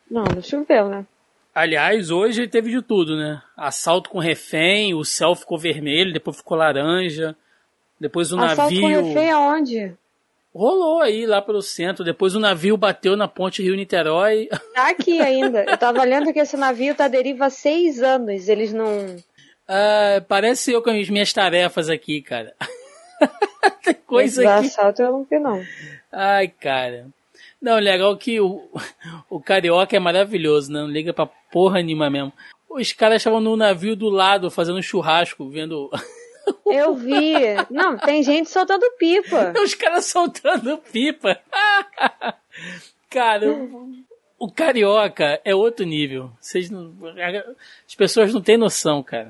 Não choveu, né? Aliás, hoje teve de tudo, né? Assalto com refém, o céu ficou vermelho, depois ficou laranja. Depois o Assalto navio... com refém aonde? Rolou aí, lá pelo centro. Depois o navio bateu na ponte Rio-Niterói. Tá aqui ainda. Eu tava lendo que esse navio tá à deriva há 6 anos. Eles não... Parece eu com as minhas tarefas aqui, cara. Tem coisa esse aqui... assalto eu não vi, não. Ai, cara... Não, legal que o carioca é maravilhoso, né? Não liga pra porra nenhuma mesmo. Os caras estavam no navio do lado, fazendo churrasco, vendo... Eu vi. Não, tem gente soltando pipa. Os caras soltando pipa. Cara, o carioca é outro nível. As pessoas não têm noção, cara.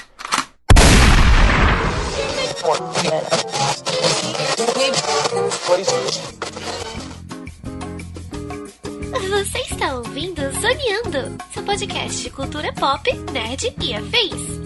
Você está ouvindo Zoneando, seu podcast de cultura pop, nerd e afins.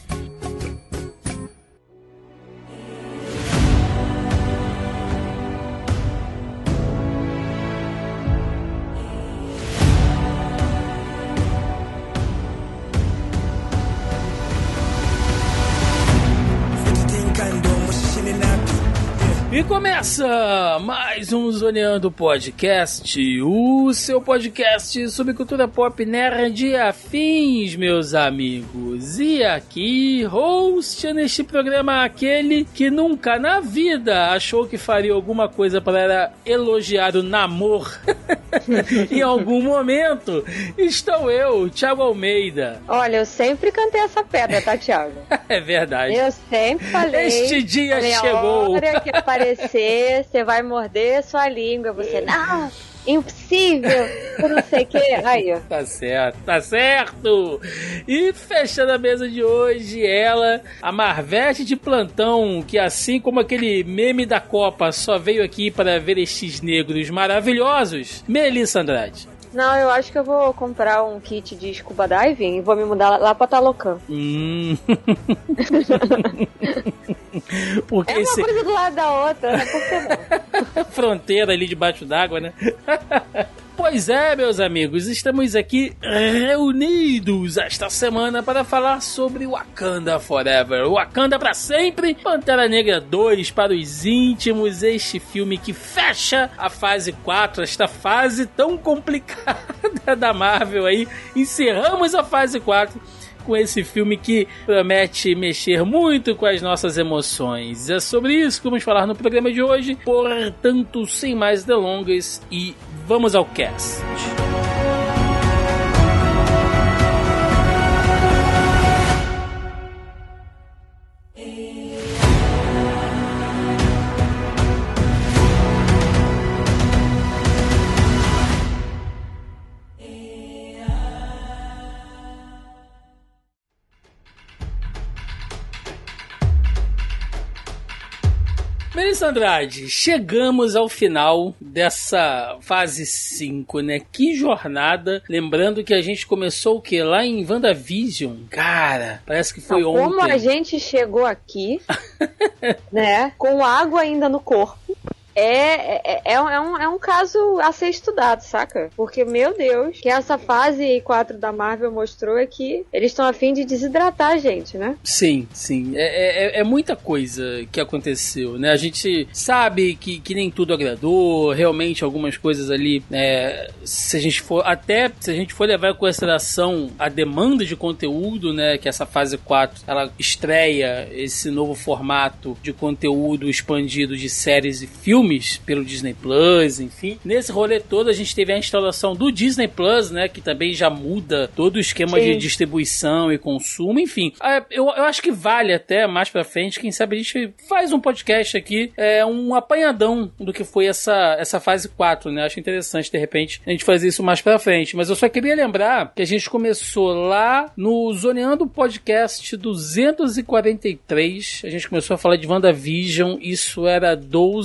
E começa mais um Zoneando Podcast, o seu podcast sobre cultura pop, nerd e afins, meus amigos. E aqui, host neste programa, aquele que nunca na vida achou que faria alguma coisa para elogiar o namoro. Em algum momento, estou eu, Thiago Almeida. Olha, eu sempre cantei essa pedra, tá, Thiago? É verdade. Eu sempre falei. Este dia chegou. A hora que aparecer, você vai morder sua língua. Você, não, impossível, eu não sei o que. Aí, ó. Tá certo, tá certo. E fechando a mesa de hoje, ela, a Marvete de plantão, que assim como aquele meme da Copa, só veio aqui para ver estes negros maravilhosos, Melissa Andrade. Não, eu acho que eu vou comprar um kit de scuba diving e vou me mudar lá pra Talocan. Porque é uma coisa do lado da outra, né? Por que não? Fronteira ali debaixo d'água, né? Pois é, meus amigos, estamos aqui reunidos esta semana para falar sobre Wakanda Forever, Wakanda pra sempre, Pantera Negra 2 para os íntimos, este filme que fecha a fase 4, esta fase tão complicada da Marvel aí. Encerramos a fase 4 com esse filme que promete mexer muito com as nossas emoções. É sobre isso que vamos falar no programa de hoje, portanto, sem mais delongas, e vamos ao cast. Melissa Andrade, chegamos ao final dessa fase 5, né? Que jornada. Lembrando que a gente começou o quê? Lá em WandaVision. Cara, parece que foi ontem. Como a gente chegou aqui, né? Com água ainda no corpo. É um caso a ser estudado, saca? Porque, meu Deus, que essa fase 4 da Marvel mostrou é que eles estão a fim de desidratar a gente, né? Sim, sim. É muita coisa que aconteceu, né? A gente sabe que nem tudo agradou, realmente algumas coisas ali, se a gente for levar em consideração a demanda de conteúdo, né? Que essa fase 4, ela estreia esse novo formato de conteúdo expandido de séries e filmes pelo Disney Plus, enfim. Nesse rolê todo a gente teve a instalação do Disney Plus, né, que também já muda todo o esquema de distribuição e consumo, enfim. Eu acho que vale até mais pra frente, quem sabe a gente faz um podcast aqui, um apanhadão do que foi essa fase 4, né, acho interessante de repente a gente fazer isso mais pra frente, mas eu só queria lembrar que a gente começou lá no Zoneando Podcast 243, a gente começou a falar de WandaVision, isso era 12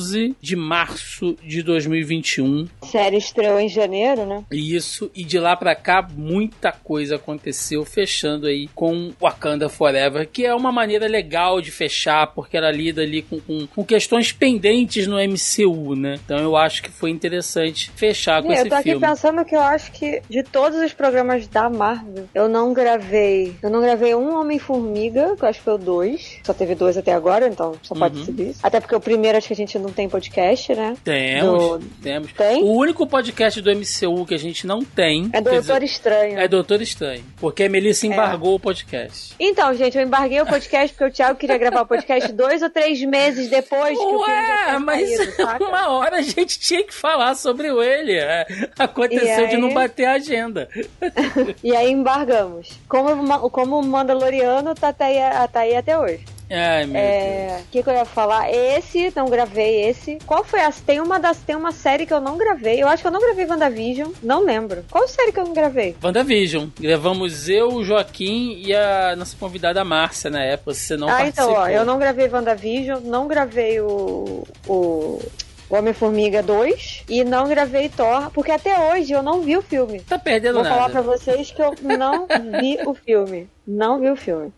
de março de 2021. A série estreou em janeiro, né? Isso, e de lá pra cá muita coisa aconteceu, fechando aí com Wakanda Forever, que é uma maneira legal de fechar, porque ela lida ali com questões pendentes no MCU, né? Então eu acho que foi interessante fechar com esse filme. Eu tô aqui pensando que eu acho que de todos os programas da Marvel, eu não gravei um Homem-Formiga, que eu acho que foi o 2. Só teve 2 até agora, então só pode ser isso. Até porque o primeiro acho que a gente não tem podcast, né? Temos. Tem? O único podcast do MCU que a gente não tem... É Doutor Estranho. É Doutor Estranho. Porque a Melissa embargou o podcast. Então, gente, eu embarguei o podcast porque o Thiago queria gravar o podcast 2 ou 3 meses depois que o filme já tinha mas saído, uma hora a gente tinha que falar sobre ele. Aconteceu de não bater a agenda. E aí embargamos. Como o Mandaloriano tá aí até hoje. Ai, meu Deus. O que eu ia falar? Não gravei esse. Qual foi essa? Tem uma série que eu não gravei. Eu acho que eu não gravei WandaVision. Não lembro. Qual série que eu não gravei? WandaVision. Gravamos eu, o Joaquim e a nossa convidada Márcia na época. Você não participou. Então, eu não gravei WandaVision. Não gravei o Homem-Formiga 2 e não gravei Thor, porque até hoje eu não vi o filme. Tá perdendo nada. Vou falar pra vocês que eu não vi o filme. Não vi o filme.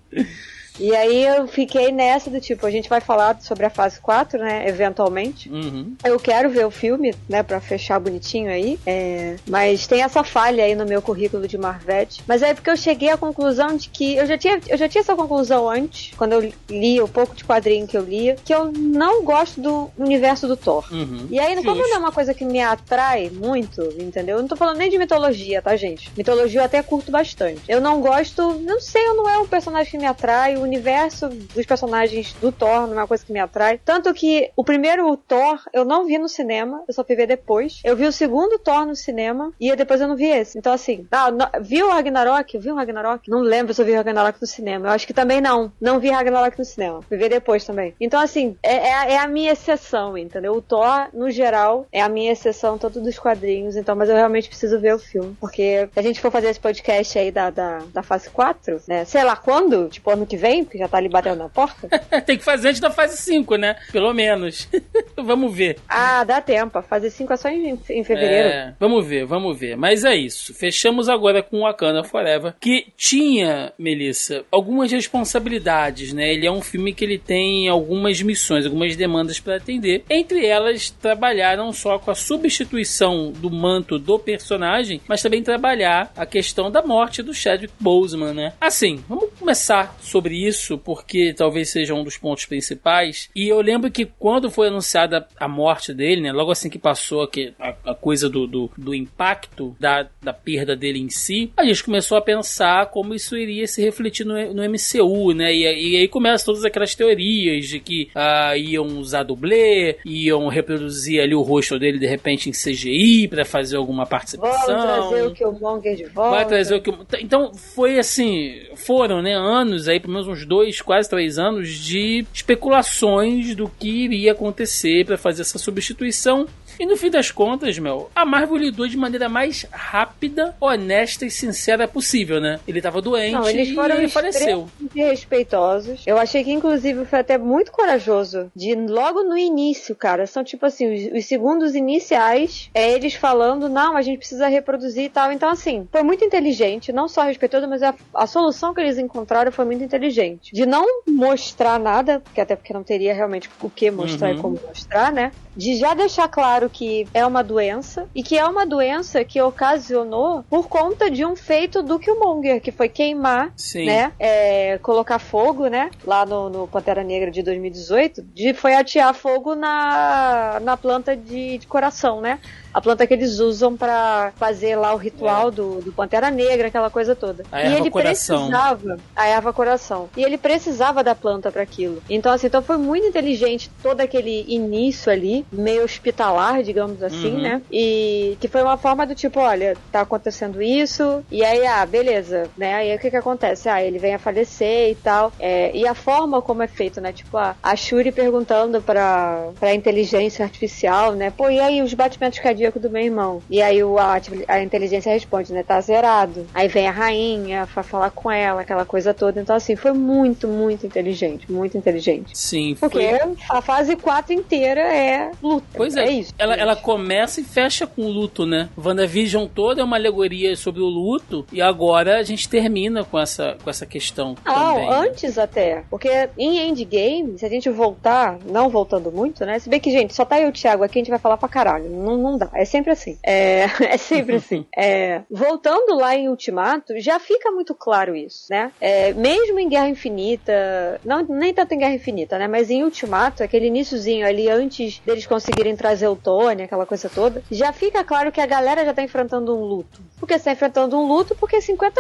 E aí eu fiquei nessa do tipo, a gente vai falar sobre a fase 4, né, eventualmente. Eu quero ver o filme, né, pra fechar bonitinho aí. Mas tem essa falha aí no meu currículo de Marvete. Mas é porque eu cheguei à conclusão de que eu já tinha essa conclusão antes, quando eu li o pouco de quadrinho que eu lia, que eu não gosto do universo do Thor. E aí, como não é uma coisa que me atrai muito, entendeu? Eu não tô falando nem de mitologia, tá, gente? Mitologia eu até curto bastante. Eu não gosto, não sei, eu não é um personagem que me atrai, o universo dos personagens do Thor não é uma coisa que me atrai. Tanto que o primeiro Thor eu não vi no cinema, eu só fui ver depois. Eu vi o segundo Thor no cinema e depois eu não vi esse. Então assim, vi o Ragnarok? Eu vi o Ragnarok? Não lembro se eu vi o Ragnarok no cinema. Eu acho que também não vi Ragnarok no cinema. Fui ver depois também. Então assim, é a minha exceção, entendeu? O Thor, no geral, é a minha exceção tanto dos quadrinhos, então, mas eu realmente preciso ver o filme. Porque se a gente for fazer esse podcast aí da fase 4, né? Sei lá quando, tipo ano que vem, porque já tá ali batendo na porta. Tem que fazer antes da fase 5, né? Pelo menos. Vamos ver. Dá tempo. A fase 5 é só em fevereiro. Vamos ver. Mas é isso. Fechamos agora com Wakanda Forever, que tinha, Melissa, algumas responsabilidades, né? Ele é um filme que ele tem algumas missões, algumas demandas para atender. Entre elas, trabalhar não só com a substituição do manto do personagem, mas também trabalhar a questão da morte do Chadwick Boseman, né? Assim, vamos começar sobre isso, porque talvez seja um dos pontos principais. E eu lembro que quando foi anunciada a morte dele, né, logo assim que passou a coisa do impacto da perda dele em si, a gente começou a pensar como isso iria se refletir no MCU, né? E aí começam todas aquelas teorias de que iam usar dublê, iam reproduzir ali o rosto dele de repente em CGI para fazer alguma participação. Vão trazer o Killmonger de volta. Vai trazer o Killmonger. Então foi assim, foram, né, anos aí, pelo menos uns 2, quase 3 anos de especulações do que iria acontecer para fazer essa substituição. E no fim das contas, a Marvel lidou de maneira mais rápida, honesta e sincera possível, né? Ele tava doente eles foram e ele faleceu. Respeitosos. Eu achei que, inclusive, foi até muito corajoso de logo no início, cara. São tipo assim, os segundos iniciais, eles falando, não, a gente precisa reproduzir e tal. Então, assim, foi muito inteligente, não só respeitoso, mas a solução que eles encontraram foi muito inteligente. De não mostrar nada, até porque não teria realmente o que mostrar e como mostrar, né? De já deixar claro que é uma doença, e que é uma doença que ocasionou por conta de um feito do Killmonger, que foi queimar, né? Colocar fogo, né? Lá no Pantera Negra de 2018, foi atear fogo na planta de coração, né? A planta que eles usam pra fazer lá o ritual do Pantera Negra, aquela coisa toda. A erva coração. A erva coração. E ele precisava da planta pra aquilo. Então, assim, foi muito inteligente todo aquele início ali, meio hospitalar, familiar, digamos assim, né? E que foi uma forma do tipo, olha, tá acontecendo isso, e aí, beleza, né? Aí o que acontece? Ele vem a falecer e tal. E a forma como é feito, né? Tipo, a Shuri perguntando pra inteligência artificial, né? Pô, e aí os batimentos cardíacos do meu irmão? E aí a inteligência responde, né? Tá zerado. Aí vem a rainha pra falar com ela, aquela coisa toda. Então, assim, foi muito, muito inteligente. Muito inteligente. Sim, porque a fase 4 inteira é luta. Pois é. Isso. Ela começa e fecha com o luto, né? WandaVision toda é uma alegoria sobre o luto e agora a gente termina com essa questão também. Antes até. Porque em Endgame, se a gente voltar, não voltando muito, né? Se bem que, gente, só tá eu e o Thiago aqui, a gente vai falar pra caralho. Não dá. É sempre assim. É sempre assim. Voltando lá em Ultimato, já fica muito claro isso, né? Mesmo em Guerra Infinita, nem tanto em Guerra Infinita, né? Mas em Ultimato, aquele iniciozinho ali, antes deles conseguirem trazer o Tony, aquela coisa toda, já fica claro que a galera já tá enfrentando um luto. Por que você tá enfrentando um luto? Porque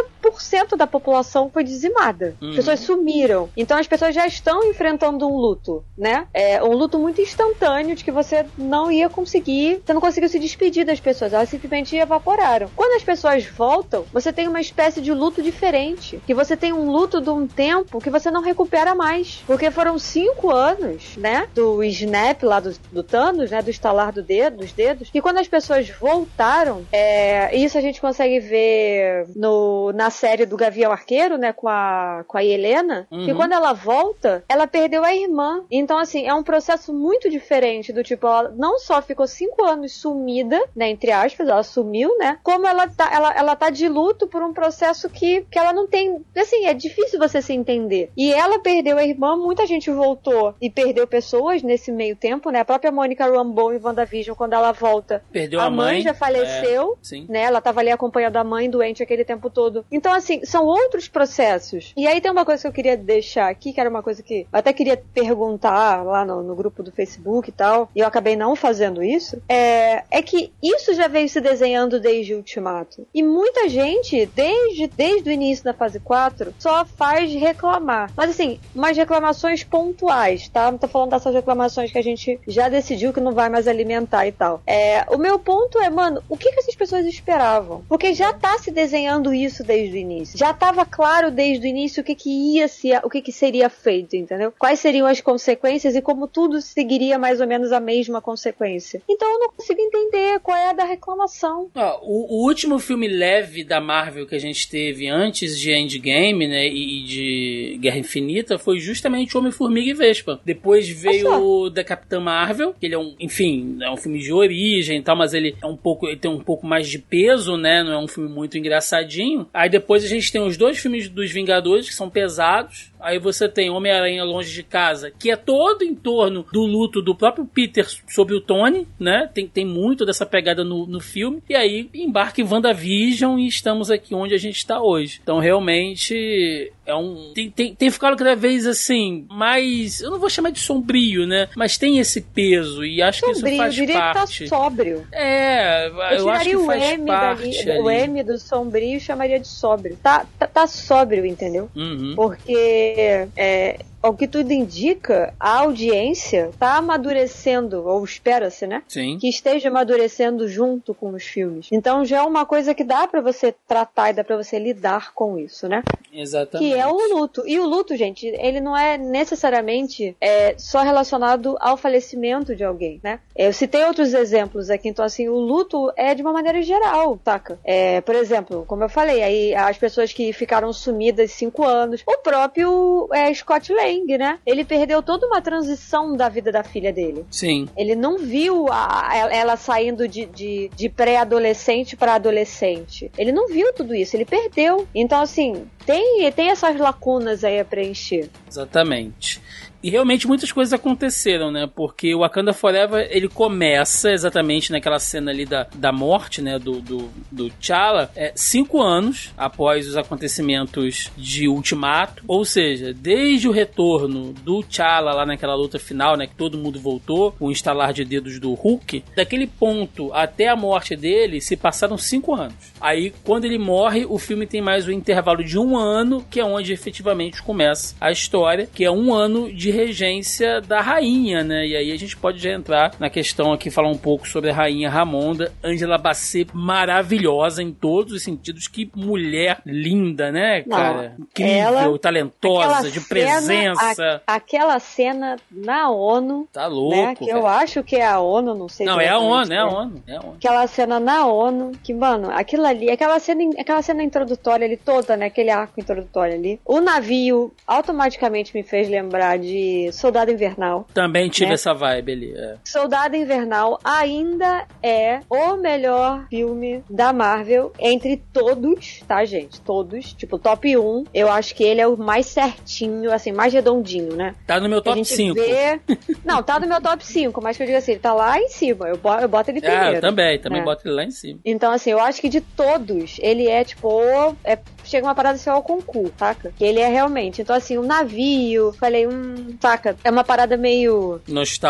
50% da população foi dizimada. As pessoas sumiram. Então as pessoas já estão enfrentando um luto, né? Um luto muito instantâneo de que você não ia conseguir, você não conseguiu se despedir das pessoas, elas simplesmente evaporaram. Quando as pessoas voltam, você tem uma espécie de luto diferente, que você tem um luto de um tempo que você não recupera mais, porque foram 5 anos, né, do snap lá do Thanos, né, do estalar dos dedos, e quando as pessoas voltaram, isso a gente consegue ver na série do Gavião Arqueiro, né, com a Helena, que quando ela volta, ela perdeu a irmã. Então, assim, é um processo muito diferente do tipo, ela não só ficou 5 anos sumida, né, entre aspas, ela sumiu, né, como ela tá de luto por um processo que ela não tem, assim, é difícil você se entender. E ela perdeu a irmã, muita gente voltou e perdeu pessoas nesse meio tempo, né, a própria Monica Rambeau em WandaVision, quando ela volta, perdeu a mãe já faleceu, né, ela tava ali acompanhando a mãe doente aquele tempo todo. Então, assim, são outros processos. E aí tem uma coisa que eu queria deixar aqui, que era uma coisa que eu até queria perguntar lá no grupo do Facebook e tal, e eu acabei não fazendo isso, é que isso já veio se desenhando desde o Ultimato. E muita gente, desde o início da fase 4, só faz reclamar. Mas, assim, umas reclamações pontuais, tá? Não tô falando dessas reclamações que a gente já decidiu que não vai mais alimentar e tal. O meu ponto é, mano, o que essas pessoas esperavam? Porque já tá se desenhando isso desde o início. Já tava claro desde o início o que seria feito, entendeu? Quais seriam as consequências e como tudo seguiria mais ou menos a mesma consequência. Então eu não consigo entender qual é a da reclamação. O último filme leve da Marvel que a gente teve antes de Endgame, né, e de Guerra Infinita foi justamente Homem-Formiga e Vespa. Depois veio o da Capitã Marvel, que ele é um filme de origem e tal, mas ele tem um pouco mais de peso, né, não é um filme muito engraçadinho. Aí depois a gente tem os 2 filmes dos Vingadores, que são pesados. Aí você tem Homem-Aranha Longe de Casa, que é todo em torno do luto do próprio Peter sobre o Tony, né? Tem muito dessa pegada no filme. E aí embarca em WandaVision e estamos aqui onde a gente está hoje. Então realmente tem ficado cada vez assim, mais, eu não vou chamar de sombrio, né? Mas tem esse peso e acho que isso faz parte. Eu diria que tá sóbrio. Eu acho que faz parte. O M do sombrio chamaria de sóbrio. Tá sóbrio, entendeu? Porque ao que tudo indica, a audiência tá amadurecendo, ou espera-se, né? Sim. Que esteja amadurecendo junto com os filmes. Então já é uma coisa que dá pra você tratar e dá pra você lidar com isso, né? Exatamente. Que é o luto. E o luto, gente, ele não é necessariamente só relacionado ao falecimento de alguém, né? Eu citei outros exemplos aqui, então assim, o luto é de uma maneira geral, saca? Por exemplo, como eu falei, aí as pessoas que ficaram sumidas 5 anos, o próprio Scott Lang, né? Ele perdeu toda uma transição da vida da filha dele. Sim. Ele não viu ela saindo de pré-adolescente para adolescente. Ele não viu tudo isso, ele perdeu. Então, assim, tem essas lacunas aí a preencher. Exatamente. E realmente muitas coisas aconteceram, né? Porque o Wakanda Forever, ele começa exatamente naquela cena ali da morte, né? Do T'Challa, 5 anos após os acontecimentos de Ultimato. Ou seja, desde o retorno do T'Challa lá naquela luta final, né? Que todo mundo voltou, com o estalar de dedos do Hulk. Daquele ponto até a morte dele, se passaram 5 anos. Aí, quando ele morre, o filme tem mais um intervalo de 1 ano, que é onde efetivamente começa a história, que é 1 ano de de regência da rainha, né? E aí a gente pode já entrar na questão aqui, falar um pouco sobre a rainha Ramonda. Angela Bassett, maravilhosa em todos os sentidos. Que mulher linda, né, cara? Não, incrível, talentosa, de presença. Aquela cena na ONU. Tá louco, né, que eu acho que é a ONU, não sei. Não, é a ONU, é a ONU. Aquela cena na ONU, que, mano, aquilo ali, aquela cena introdutória ali toda, né, aquele arco introdutório ali. O navio automaticamente me fez lembrar de Soldado Invernal. Também tive essa vibe ali. Soldado Invernal ainda é o melhor filme da Marvel entre todos, tá, gente? Todos. Tipo, top 1. Eu acho que ele é o mais certinho, assim, mais redondinho, né? Tá no meu top 5. Não, tá no meu top 5, mas que eu digo assim, ele tá lá em cima. Eu boto ele primeiro. Eu também boto ele lá em cima. Então, assim, eu acho que de todos, ele é, tipo, chega uma parada assim ao concurso, saca? Que ele é realmente. Então, assim, o navio, falei, saca? É uma parada meio...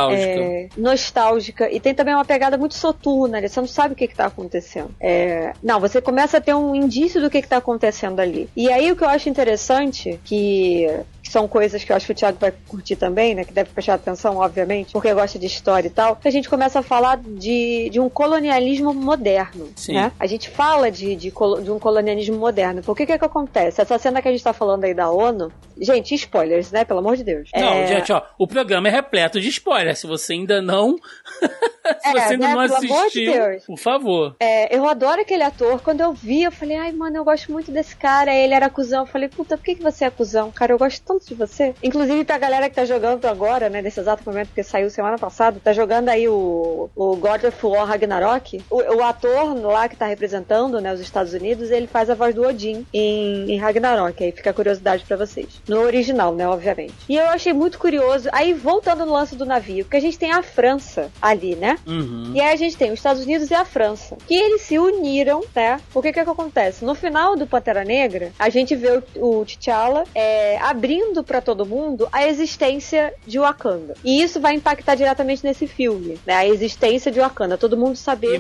nostálgica. E tem também uma pegada muito soturna, né? Você não sabe o que tá acontecendo. Não, você começa a ter um indício do que tá acontecendo ali. E aí, o que eu acho interessante, que são coisas que eu acho que o Thiago vai curtir também, né? Que deve prestar atenção, obviamente, porque gosta de história e tal. A gente começa a falar de um colonialismo moderno, sim, né? A gente fala de um colonialismo moderno. Por que acontece? Essa cena que a gente tá falando aí da ONU, gente, spoilers, né? Pelo amor de Deus. Não, gente, ó, o programa é repleto de spoilers. Se você ainda não... Se você ainda não assistiu, de por favor. Eu adoro aquele ator. Quando eu vi, eu falei, ai, mano, eu gosto muito desse cara. Ele era cuzão. Eu falei, puta, por que você é cuzão? Cara, eu gosto tanto de você. Inclusive, pra galera que tá jogando agora, né, nesse exato momento, porque saiu semana passada, tá jogando aí o God of War Ragnarok. O ator lá que tá representando, né, os Estados Unidos, ele faz a voz do Odin em Ragnarok. Aí fica a curiosidade pra vocês. No original, né, obviamente. E eu achei muito curioso. Aí, voltando no lance do navio, porque a gente tem a França ali, né? Uhum. E aí a gente tem os Estados Unidos e a França, que eles se uniram, né? O que acontece? No final do Pantera Negra, a gente vê o T'Challa abrindo pra todo mundo a existência de Wakanda. E isso vai impactar diretamente nesse filme, né? A existência de Wakanda. Todo mundo saber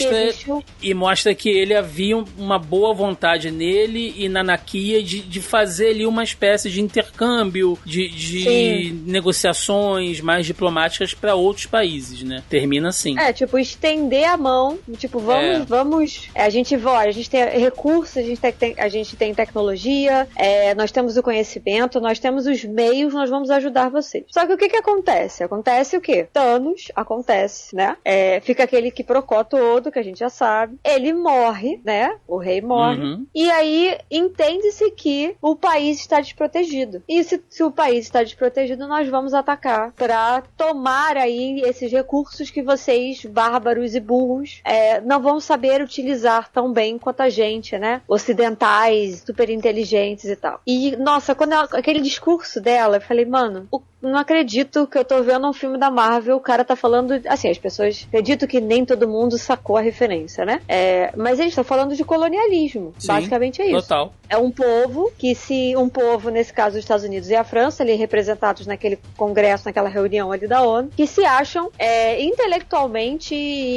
e mostra que ele havia uma boa vontade nele e na Nakia de fazer ali uma espécie de intercâmbio, de negociações mais diplomáticas para outros países, né? Termina assim. Tipo, estender a mão, tipo, vamos, a gente tem recursos, a gente tem tecnologia, nós temos o conhecimento, nós temos os meios, nós vamos ajudar vocês. Só que o que acontece? Acontece o quê? Thanos, acontece, né? Fica aquele quiprocó todo, que a gente já sabe. Ele morre, né? O rei morre. Uhum. E aí, entende-se que o país está desprotegido. E se o país está desprotegido, nós vamos atacar pra tomar aí esses recursos que vocês, bárbaros e burros, não vão saber utilizar tão bem quanto a gente, né? Ocidentais, super inteligentes e tal. E, nossa, quando aquele discurso dela, eu falei, mano, não acredito que eu tô vendo um filme da Marvel, o cara tá falando, assim, as pessoas, acredito que nem todo mundo sacou a referência, né? Mas eles estão falando de colonialismo. Sim, basicamente é isso. Total. É um povo nesse caso os Estados Unidos e a França, ali representados naquele congresso, naquela reunião ali da ONU, que se acham intelectualmente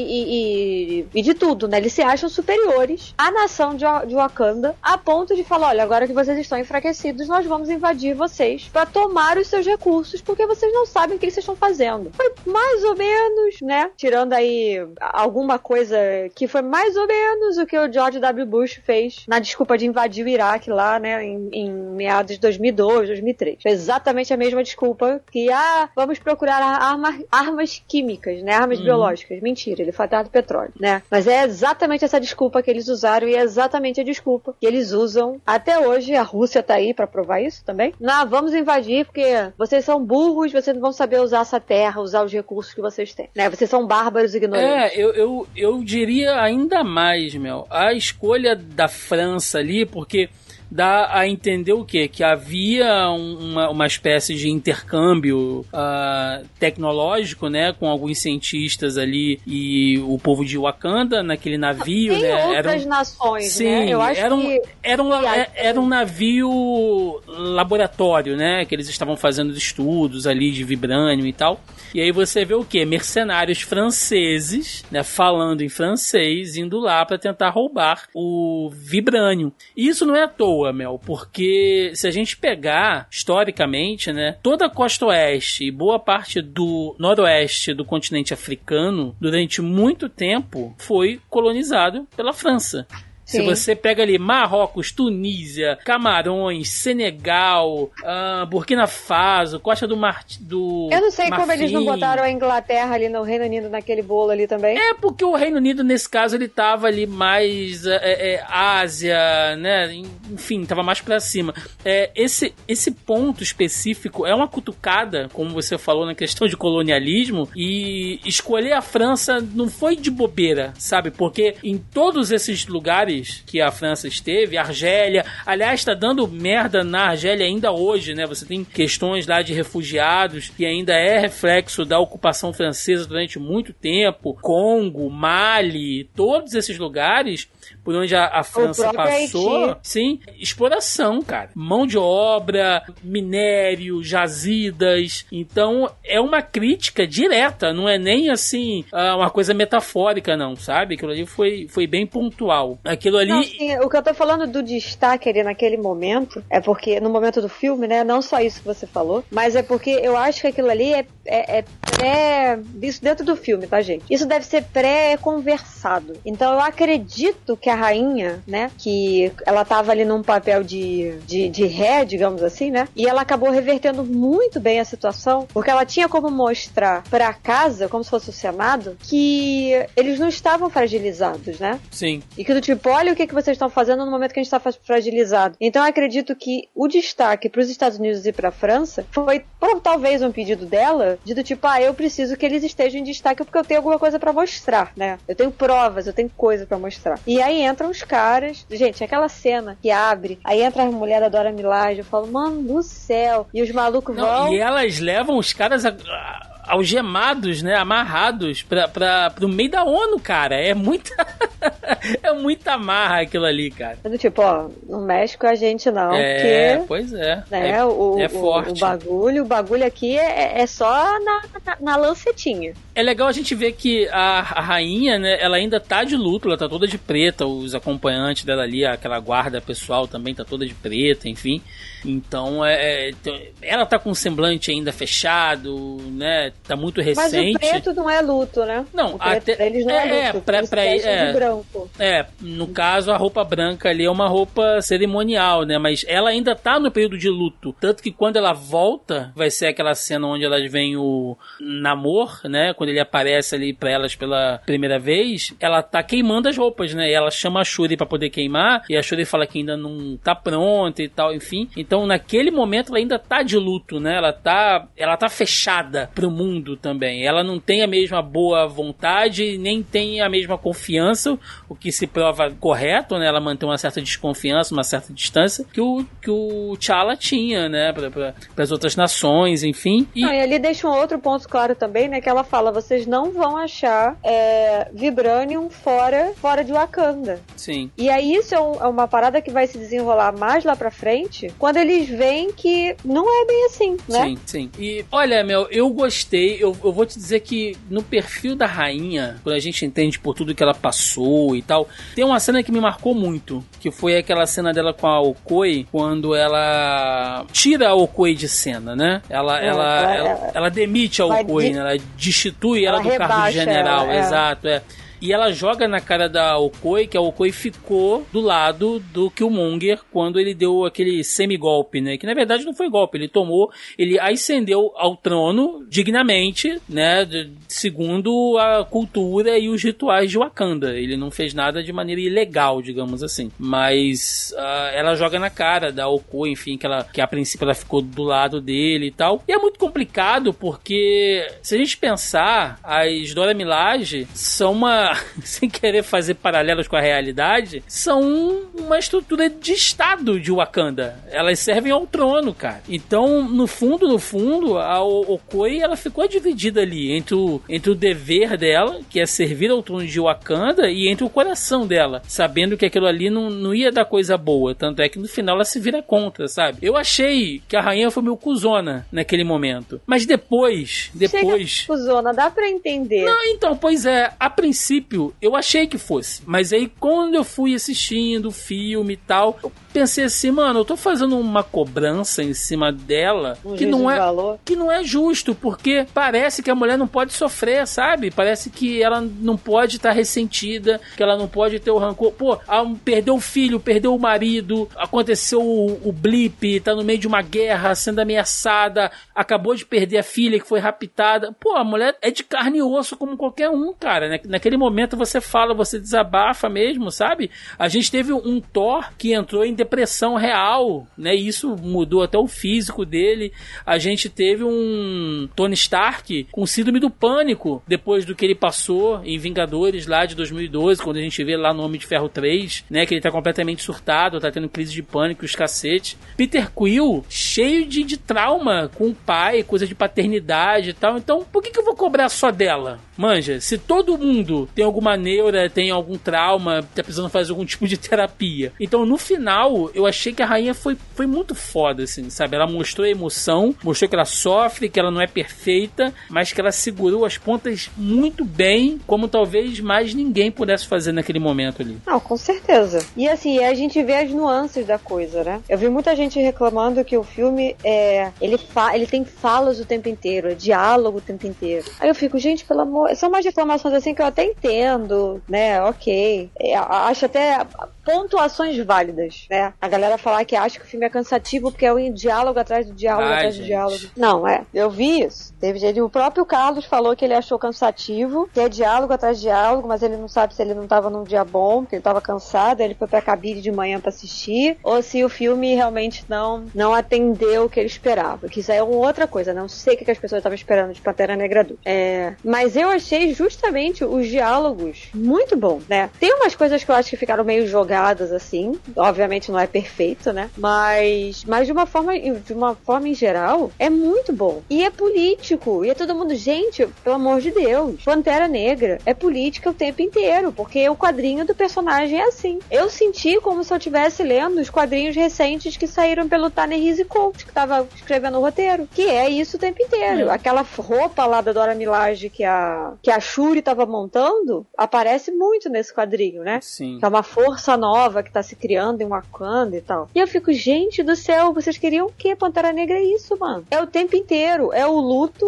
e de tudo, né? Eles se acham superiores à nação de Wakanda, a ponto de falar, olha, agora que vocês estão enfraquecidos, nós vamos invadir vocês pra tomar os seus recursos, porque vocês não sabem o que vocês estão fazendo. Foi mais ou menos, né? Tirando aí alguma coisa que foi mais ou menos o que o George W. Bush fez na desculpa de invadir o Iraque lá, né? Em meados de 2002, 2003. Foi exatamente a mesma desculpa que, vamos procurar armas químicas, né? Armas biológicas. Mentira, ele foi atrás do petróleo, né? Mas é exatamente essa desculpa que eles usaram e é exatamente a desculpa que eles usam até hoje. A Rússia tá aí pra provar isso também. Não, vamos invadir porque vocês são burros, vocês não vão saber usar essa terra, usar os recursos que vocês têm, né? Vocês são bárbaros e ignorantes. Eu diria ainda mais, Mel, a escolha da França ali, porque dá a entender o quê? Que havia uma espécie de intercâmbio tecnológico, né? Com alguns cientistas ali e o povo de Wakanda naquele navio, tem né? Outras nações, sim, né? Eu acho era um navio laboratório, né? Que eles estavam fazendo estudos ali de vibrânio e tal. E aí você vê o quê? Mercenários franceses, né? Falando em francês, indo lá para tentar roubar o vibrânio. E isso não é à toa. toa, Mel, porque se a gente pegar historicamente, né, toda a costa oeste e boa parte do noroeste do continente africano, durante muito tempo, foi colonizado pela França. Sim. Se você pega ali Marrocos, Tunísia, Camarões, Senegal, Burkina Faso, Costa do Marfim... Eu não sei como eles não botaram a Inglaterra ali no Reino Unido naquele bolo ali também. É porque o Reino Unido, nesse caso, ele tava ali mais Ásia, né? Enfim, tava mais pra cima. Esse ponto específico é uma cutucada, como você falou, na questão de colonialismo, e escolher a França não foi de bobeira, sabe? Porque em todos esses lugares que a França esteve, Argélia, aliás, tá dando merda na Argélia ainda hoje, né? Você tem questões lá de refugiados que ainda é reflexo da ocupação francesa durante muito tempo, Congo, Mali, todos esses lugares por onde a França passou, sim, exploração, cara. Mão de obra, minério, jazidas. Então, é uma crítica direta, não é nem assim, uma coisa metafórica, não, sabe? Aquilo ali foi bem pontual. Aquilo ali... Não, sim, o que eu tô falando do destaque ali naquele momento, é porque, no momento do filme, né, não só isso que você falou, mas é porque eu acho que aquilo ali é pré... Isso dentro do filme, tá, gente? Isso deve ser pré-conversado. Então, eu acredito que a rainha, né, que ela tava ali num papel de ré, digamos assim, né, e ela acabou revertendo muito bem a situação, porque ela tinha como mostrar pra casa, como se fosse o Senado, que eles não estavam fragilizados, né? Sim. E que do tipo, olha o que vocês estão fazendo no momento que a gente está fragilizado. Então eu acredito que o destaque para os Estados Unidos e para a França foi talvez um pedido dela, de do tipo, eu preciso que eles estejam em destaque porque eu tenho alguma coisa para mostrar, né? Eu tenho provas, eu tenho coisa para mostrar. E aí entram os caras, gente, aquela cena que abre, aí entra a mulher da Dora Milaje, eu falo, mano do céu, e os malucos vão... E elas levam os caras algemados, né, amarrados pro meio da ONU, cara. É muita é muita amarra aquilo ali, cara. Do tipo, no México a gente não, pois é. Né, é forte. O bagulho aqui é só na lancetinha. É legal a gente ver que a rainha, né, ela ainda tá de luto, ela tá toda de preta, os acompanhantes dela ali, aquela guarda pessoal também tá toda de preta, enfim. Então, ela tá com o semblante ainda fechado, né, tá muito recente. Mas o preto não é luto, né? Não, até eles não é luto, de branco. No caso, a roupa branca ali é uma roupa cerimonial, né, mas ela ainda tá no período de luto, tanto que quando ela volta, vai ser aquela cena onde elas veem o Namor, né, quando ele aparece ali pra elas pela primeira vez, ela tá queimando as roupas, né, e ela chama a Shuri pra poder queimar, e a Shuri fala que ainda não tá pronta e tal, enfim. Então, naquele momento, ela ainda tá de luto, né, ela tá fechada pro mundo também, ela não tem a mesma boa vontade, nem tem a mesma confiança, o que se prova correto, né, ela mantém uma certa desconfiança, uma certa distância, que o T'Challa tinha, né, pras outras nações, enfim. E ali deixa um outro ponto claro também, né, que ela fala, vocês não vão achar Vibranium fora de Wakanda. Sim. E aí isso é uma parada que vai se desenrolar mais lá pra frente, quando eles veem que não é bem assim, né? Sim, sim. E, olha, eu gostei, eu vou te dizer que no perfil da rainha, quando a gente entende por tudo que ela passou e tal, tem uma cena que me marcou muito, que foi aquela cena dela com a Okoye, quando ela tira a Okoye de cena, né? Ela demite a Okoye, né? Ela destitui ela do cargo de general, exato, E ela joga na cara da Okoye, que a Okoye ficou do lado do Killmonger quando ele deu aquele semigolpe, né? Que na verdade não foi golpe, ele ascendeu ao trono dignamente, né? Segundo a cultura e os rituais de Wakanda. Ele não fez nada de maneira ilegal, digamos assim. Mas ela joga na cara da Okoye, enfim, que a princípio ela ficou do lado dele e tal. E é muito complicado porque, se a gente pensar, as Dora Milaje são sem querer fazer paralelos com a realidade, são uma estrutura de Estado de Wakanda. Elas servem ao trono, cara. Então, no fundo, a Okoye, ela ficou dividida ali entre o dever dela, que é servir ao trono de Wakanda, e entre o coração dela, sabendo que aquilo ali não ia dar coisa boa. Tanto é que no final ela se vira contra, sabe? Eu achei que a rainha foi meio cuzona naquele momento. Mas depois... Chega cuzona, dá pra entender. Não, então, pois é, a princípio eu achei que fosse, mas aí quando eu fui assistindo o filme e tal, pensei assim, mano, eu tô fazendo uma cobrança em cima dela que não é justo, porque parece que a mulher não pode sofrer, sabe? Parece que ela não pode estar ressentida, que ela não pode ter o rancor. Pô, perdeu o filho, perdeu o marido, aconteceu o blip, tá no meio de uma guerra, sendo ameaçada, acabou de perder a filha que foi raptada. Pô, a mulher é de carne e osso como qualquer um, cara. Naquele momento você fala, você desabafa mesmo, sabe? A gente teve um Thor que entrou em depressão real, né? E isso mudou até o físico dele. A gente teve um Tony Stark com síndrome do pânico depois do que ele passou em Vingadores lá de 2012, quando a gente vê lá no Homem de Ferro 3, né? Que ele tá completamente surtado, tá tendo crise de pânico, os cacete. Peter Quill, cheio de trauma com o pai, coisa de paternidade e tal. Então, por que eu vou cobrar só dela? Manja, se todo mundo tem alguma neura, tem algum trauma, tá precisando fazer algum tipo de terapia. Então, no final, eu achei que a rainha foi muito foda, assim, sabe? Ela mostrou a emoção, mostrou que ela sofre, que ela não é perfeita, mas que ela segurou as pontas muito bem, como talvez mais ninguém pudesse fazer naquele momento ali. Não, com certeza. E assim, a gente vê as nuances da coisa, né? Eu vi muita gente reclamando que o filme ele tem falas o tempo inteiro, é diálogo o tempo inteiro. Aí eu fico, gente, pelo amor, são umas reclamações assim que eu até entendo, né? Ok. Acho até pontuações válidas, né? A galera falar que acha que o filme é cansativo porque é um diálogo atrás do diálogo atrás do diálogo. Não, eu vi isso. O próprio Carlos falou que ele achou cansativo, que é diálogo atrás de diálogo, mas ele não sabe se ele não tava num dia bom, porque ele tava cansado, ele foi pra cabine de manhã pra assistir, ou se o filme realmente não atendeu o que ele esperava, que isso aí é uma outra coisa, não sei o que as pessoas estavam esperando de Pantera Negra 2. Mas eu achei justamente os diálogos muito bons, né? Tem umas coisas que eu acho que ficaram meio jogadas assim, obviamente não é perfeito, né? Mas de uma forma em geral, é muito bom. E é político, e é todo mundo, gente, pelo amor de Deus, Pantera Negra é política o tempo inteiro, porque o quadrinho do personagem é assim. Eu senti como se eu estivesse lendo os quadrinhos recentes que saíram pelo Ta-Nehisi Coates, que tava escrevendo o roteiro, que é isso o tempo inteiro. Aquela roupa lá da Dora Milaje que a Shuri tava montando, aparece muito nesse quadrinho, né? Sim. Que é uma força nova que tá se criando em Wakanda e tal. E eu fico, gente do céu, vocês queriam o quê? Pantera Negra é isso, mano. É o tempo inteiro, é o luto,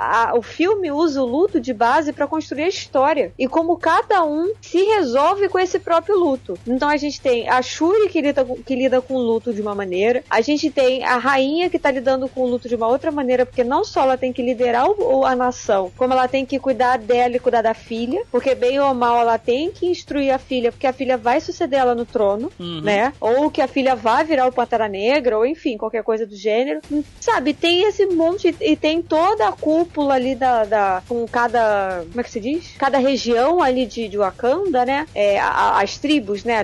o filme usa o luto de base pra construir a história. E como cada um se resolve com esse próprio luto. Então a gente tem a Shuri que lida com o luto de uma maneira, a gente tem a rainha que tá lidando com o luto de uma outra maneira, porque não só ela tem que liderar a nação, como ela tem que cuidar dela e cuidar da filha, porque bem ou mal ela tem que instruir a filha, porque a filha vai suceder ela no trono, né? Ou que a filha vai virar o Pantera Negra, ou enfim, qualquer coisa do gênero. Sabe, tem esse monte, e tem toda a cúpula ali com cada, como é que se diz? Cada região ali de Wakanda, né? As tribos, né? A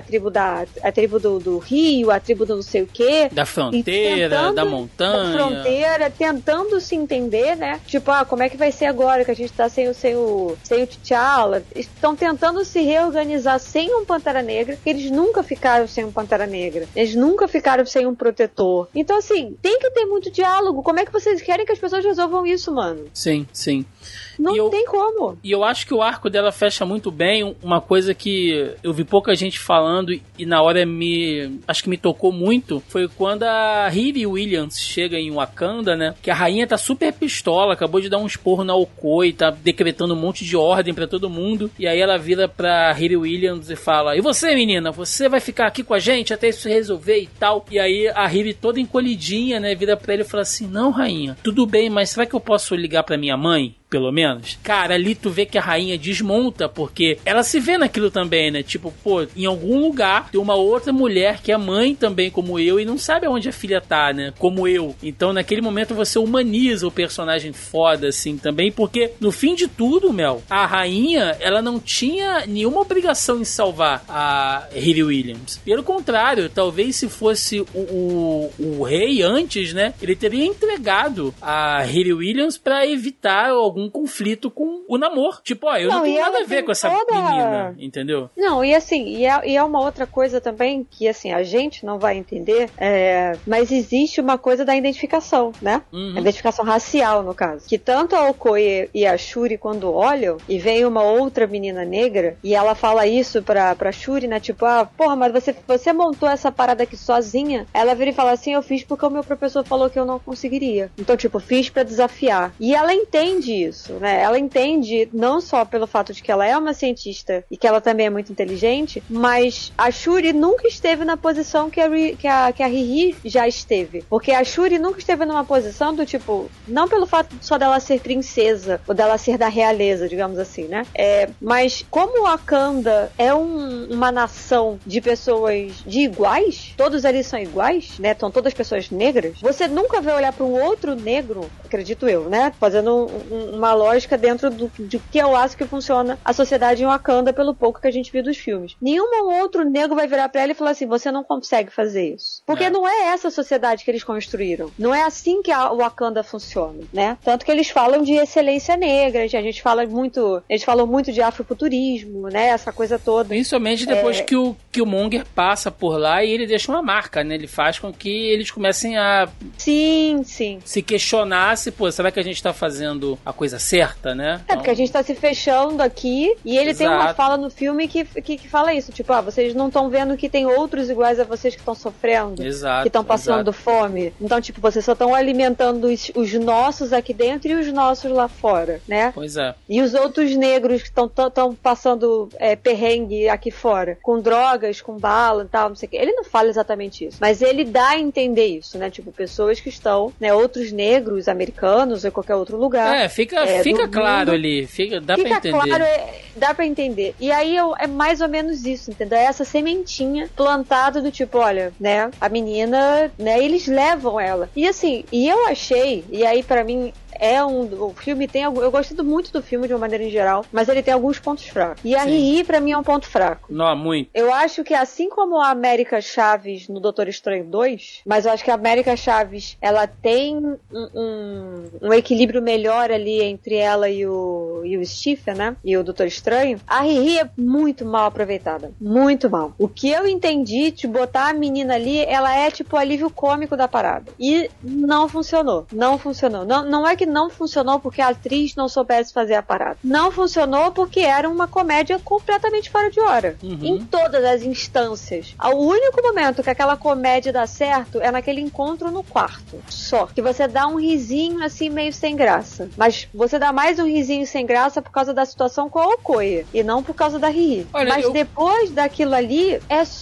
tribo do rio, a tribo do não sei o quê. Da fronteira, da montanha. Da fronteira, tentando se entender, né? Tipo, como é que vai ser agora que a gente tá sem o T'Challa? Estão tentando se reorganizar sem um Pantera Negra, que eles nunca ficaram sem um Pantera Negra. Eles nunca ficaram sem um protetor. Então, assim, tem que ter muito diálogo. Como é que vocês querem que as pessoas resolvam isso, mano? Sim, sim. Não tem como. E eu acho que o arco dela fecha muito bem. Uma coisa que eu vi pouca gente falando e na hora acho que me tocou muito, foi quando a Riri Williams chega em Wakanda, né? Que a rainha tá super pistola, acabou de dar um esporro na Okoi, tá decretando um monte de ordem pra todo mundo. E aí ela vira pra Riri Williams e fala: e você, menina? Você vai ficar aqui com a gente até isso se resolver e tal? E aí a Riri toda encolhidinha, né? Vira pra ele e fala assim: não, rainha, tudo bem, mas será que eu posso ligar pra minha mãe? Pelo menos. Cara, ali tu vê que a rainha desmonta, porque ela se vê naquilo também, né? Tipo, pô, em algum lugar tem uma outra mulher que é mãe também como eu e não sabe aonde a filha tá, né? Como eu. Então, naquele momento você humaniza o personagem foda, assim, também, porque no fim de tudo, Mel, a rainha, ela não tinha nenhuma obrigação em salvar a Riri Williams. Pelo contrário, talvez se fosse o rei antes, né? Ele teria entregado a Riri Williams pra evitar algum conflito com o namoro. Tipo, ó, eu não tenho nada a ver com essa menina, entendeu? Não, e assim, e é uma outra coisa também que, assim, a gente não vai entender, mas existe uma coisa da identificação, né? A identificação racial, no caso. Que tanto a Okoye e a Shuri, quando olham, e vem uma outra menina negra, e ela fala isso pra Shuri, né? Tipo, porra, mas você montou essa parada aqui sozinha? Ela vira e fala assim, eu fiz porque o meu professor falou que eu não conseguiria. Então, tipo, fiz pra desafiar. E ela entende isso, né? Ela entende não só pelo fato de que ela é uma cientista e que ela também é muito inteligente, mas a Shuri nunca esteve na posição que a Riri já esteve. Porque a Shuri nunca esteve numa posição do tipo, não pelo fato só dela ser princesa, ou dela ser da realeza, digamos assim, né? Mas como Wakanda é uma nação de pessoas de iguais, todos ali são iguais, né? São todas pessoas negras, você nunca vai olhar para um outro negro, acredito eu, né? Fazendo uma lógica dentro de que eu acho que funciona a sociedade em Wakanda pelo pouco que a gente viu dos filmes. Nenhum outro negro vai virar pra ela e falar assim, você não consegue fazer isso. Porque não é essa a sociedade que eles construíram. Não é assim que a Wakanda funciona, né? Tanto que eles falam de excelência negra, a gente fala muito, eles falam muito de afrofuturismo, né? Essa coisa toda. Principalmente depois que o Killmonger passa por lá e ele deixa uma marca, né? Ele faz com que eles comecem a se questionar se, pô, será que a gente tá fazendo a coisa certa, né? Então... porque a gente tá se fechando aqui e ele tem uma fala no filme que fala isso, tipo, vocês não estão vendo que tem outros iguais a vocês que estão sofrendo, que estão passando fome. Então, tipo, vocês só estão alimentando os nossos aqui dentro e os nossos lá fora, né? Pois é. E os outros negros que estão passando perrengue aqui fora, com drogas, com bala e tal, não sei o que. Ele não fala exatamente isso, mas ele dá a entender isso, né? Tipo, pessoas que estão, né, outros negros, americanos ou qualquer outro lugar. Fica claro ali, dá pra entender. Claro, dá pra entender. E aí é mais ou menos isso, entendeu? É essa sementinha plantada do tipo, olha, né, a menina, né, eles levam ela. E assim, eu achei, e aí pra mim o filme tem, eu gostei muito do filme de uma maneira em geral, mas ele tem alguns pontos fracos. E a Riri, pra mim, é um ponto fraco. Não, muito. Eu acho que assim como a América Chaves no Doutor Estranho 2, mas eu acho que a América Chaves, ela tem um equilíbrio melhor ali entre ela e o Stephen, né? E o Doutor Estranho. A Riri é muito mal aproveitada. Muito mal. O que eu entendi de botar a menina ali, ela é tipo o alívio cômico da parada. E não funcionou. Não funcionou. Não é que não funcionou porque a atriz não soubesse fazer a parada. Não funcionou porque era uma comédia completamente fora de hora. Em todas as instâncias. O único momento que aquela comédia dá certo é naquele encontro no quarto. Só. Que você dá um risinho assim meio sem graça. Mas você dá mais um risinho sem graça por causa da situação com a Okoye. E não por causa da Riri. Mas depois daquilo ali,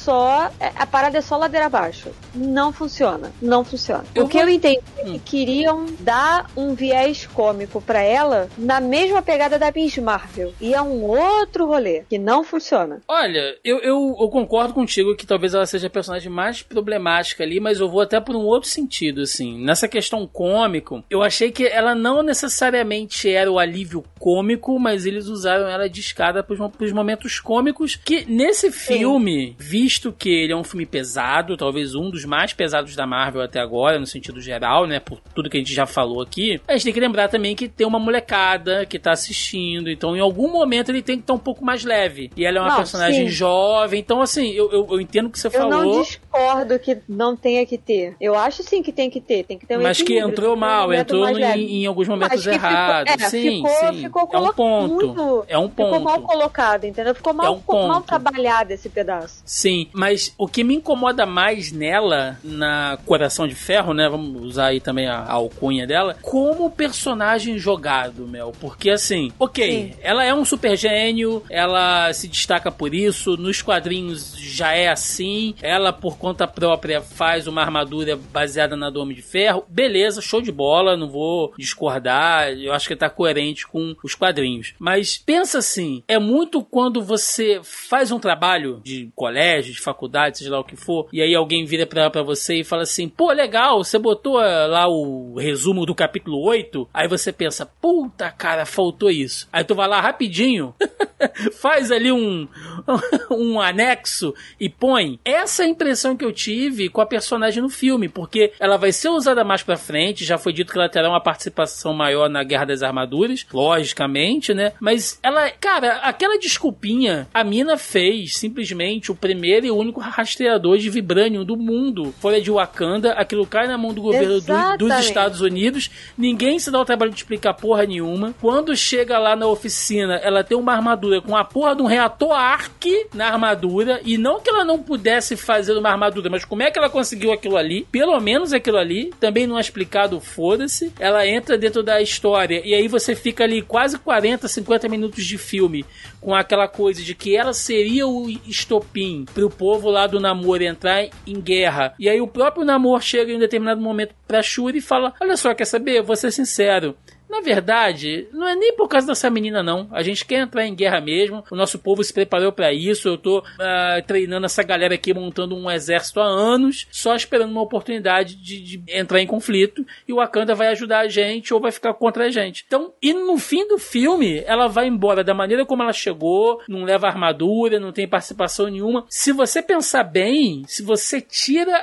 a parada é só ladeira abaixo. Não funciona. Não funciona. O que eu entendi é que queriam dar um viés cômico pra ela na mesma pegada da Miss Marvel. E é um outro rolê que não funciona. Olha, eu concordo contigo que talvez ela seja a personagem mais problemática ali, mas eu vou até por um outro sentido, assim. Nessa questão cômico, eu achei que ela não necessariamente era o alívio cômico, mas eles usaram ela de escada pros momentos cômicos, que nesse filme, visto que ele é um filme pesado, talvez um dos mais pesados da Marvel até agora, no sentido geral, né, por tudo que a gente já falou aqui, a gente tem que lembrar também que tem uma molecada que tá assistindo, então em algum momento ele tem que estar um pouco mais leve. E ela é uma personagem jovem, então assim, eu entendo o que você falou. Eu não discordo que não tenha que ter. Eu acho sim que tem que ter um mas que entrou mal, entrou em alguns momentos errados. Ficou é um ponto. Ficou mal colocado, entendeu? Ficou mal trabalhado esse pedaço. Sim, mas o que me incomoda mais nela, na Coração de Ferro, né? Vamos usar aí também a alcunha dela, como personagem jogado, Mel. Porque assim, ela é um super gênio, ela se destaca por isso, nos quadrinhos já é assim, ela por conta própria faz uma armadura baseada na do Homem de Ferro, beleza, show de bola, não vou discordar, eu acho que tá coerente com os quadrinhos. Mas pensa assim, é muito quando você faz um trabalho de colégio, de faculdade, seja lá o que for, e aí alguém vira pra você e fala assim, pô, legal, você botou lá o resumo do capítulo 8, aí você pensa, puta cara, faltou isso. Aí tu vai lá rapidinho, faz ali um anexo e põe. Essa é a impressão impressão que eu tive com a personagem no filme, porque ela vai ser usada mais pra frente, já foi dito que ela terá uma participação maior na Guerra das Armaduras, logicamente, né? Mas ela, cara, aquela desculpinha, a mina fez simplesmente o primeiro e único rastreador de vibranium do mundo fora de Wakanda, aquilo cai na mão do governo dos Estados Unidos, ninguém se dá o trabalho de explicar porra nenhuma. Quando chega lá na oficina, ela tem uma armadura com a porra de um reator arc na armadura, e não que ela não pudesse fazer uma armadura, mas como é que ela conseguiu aquilo ali? Pelo menos aquilo ali, também não é explicado, foda-se. Ela entra dentro da história, e aí você fica ali quase 40, 50 minutos de filme com aquela coisa de que ela seria o estopim pro povo lá do Namor entrar em guerra. E aí o próprio Namor chega em um determinado momento pra Shuri e fala: olha só, quer saber? Vou ser sincero. Na verdade, não é nem por causa dessa menina, não. A gente quer entrar em guerra mesmo. O nosso povo se preparou pra isso. Eu tô treinando essa galera aqui, montando um exército há anos, só esperando uma oportunidade de entrar em conflito. E o Wakanda vai ajudar a gente ou vai ficar contra a gente. Então, e no fim do filme, ela vai embora da maneira como ela chegou. Não leva armadura, não tem participação nenhuma. Se você pensar bem, se você tira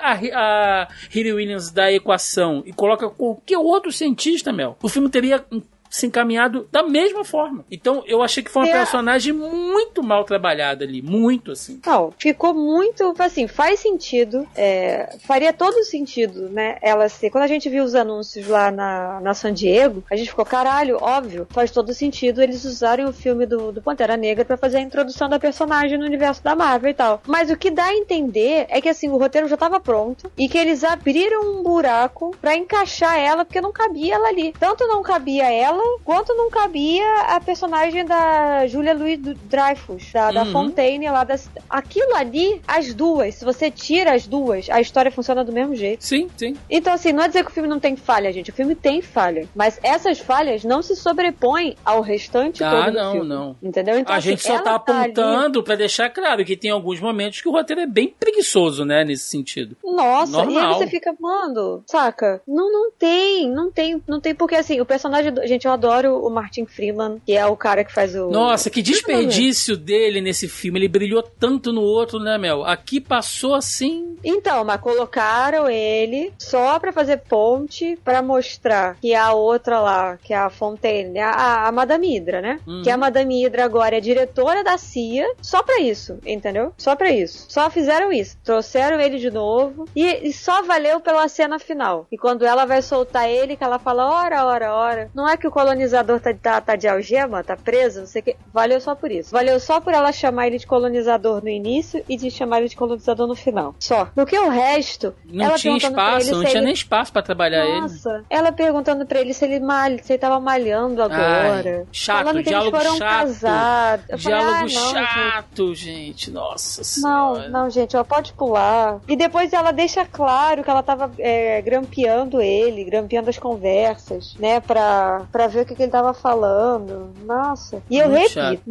a Riri Williams da equação e coloca qualquer outro cientista, Mel, o filme teria se encaminhado da mesma forma. Então, eu achei que foi uma personagem muito mal trabalhada ali. Muito, assim. Não, ficou muito, assim, faz sentido. Faria todo sentido, né? Ela ser... Quando a gente viu os anúncios lá na San Diego, a gente ficou, caralho, óbvio, faz todo sentido eles usarem o filme do Pantera Negra pra fazer a introdução da personagem no universo da Marvel e tal. Mas o que dá a entender é que, assim, o roteiro já tava pronto e que eles abriram um buraco pra encaixar ela, porque não cabia ela ali. Tanto não cabia ela, quanto não cabia a personagem da Julia Louis-Dreyfus, da Fontaine lá da... Aquilo ali, as duas, se você tira as duas, a história funciona do mesmo jeito. Sim, sim. Então, assim, não é dizer que o filme não tem falha, gente. O filme tem falha. Mas essas falhas não se sobrepõem ao restante todo do filme. Não. Entendeu? Então, a gente só tá apontando pra deixar claro que tem alguns momentos que o roteiro é bem preguiçoso, né, nesse sentido. Nossa, normal. E aí você fica, mano, saca? Não tem, porque assim, o personagem, gente, eu adoro o Martin Freeman, que é o cara que faz o... Nossa, que desperdício dele nesse filme, ele brilhou tanto no outro, né, Mel? Aqui passou assim... Então, mas colocaram ele só pra fazer ponte, pra mostrar que a outra lá, que é a Fontaine, a Madame Hydra, né? Que a Madame Hydra agora é diretora da CIA, só pra isso, entendeu? Só pra isso. Só fizeram isso. Trouxeram ele de novo e só valeu pela cena final. E quando ela vai soltar ele, que ela fala, ora, não é que o colonizador tá de algema, tá preso, não sei o que. Valeu só por isso. Valeu só por ela chamar ele de colonizador no início e de chamar ele de colonizador no final. Só. Porque o resto... Não tinha espaço, não tinha nem espaço pra trabalhar ele. Nossa, ela perguntando pra ele se ele tava malhando agora. Ai, chato, falando que diálogo eles foram chato. casados. Eu Diálogo falei, chato, gente. Nossa senhora. Não, gente, ó, pode pular. E depois ela deixa claro que ela tava grampeando ele, grampeando as conversas, né, pra ver o que ele tava falando. Nossa. E eu repito, chato.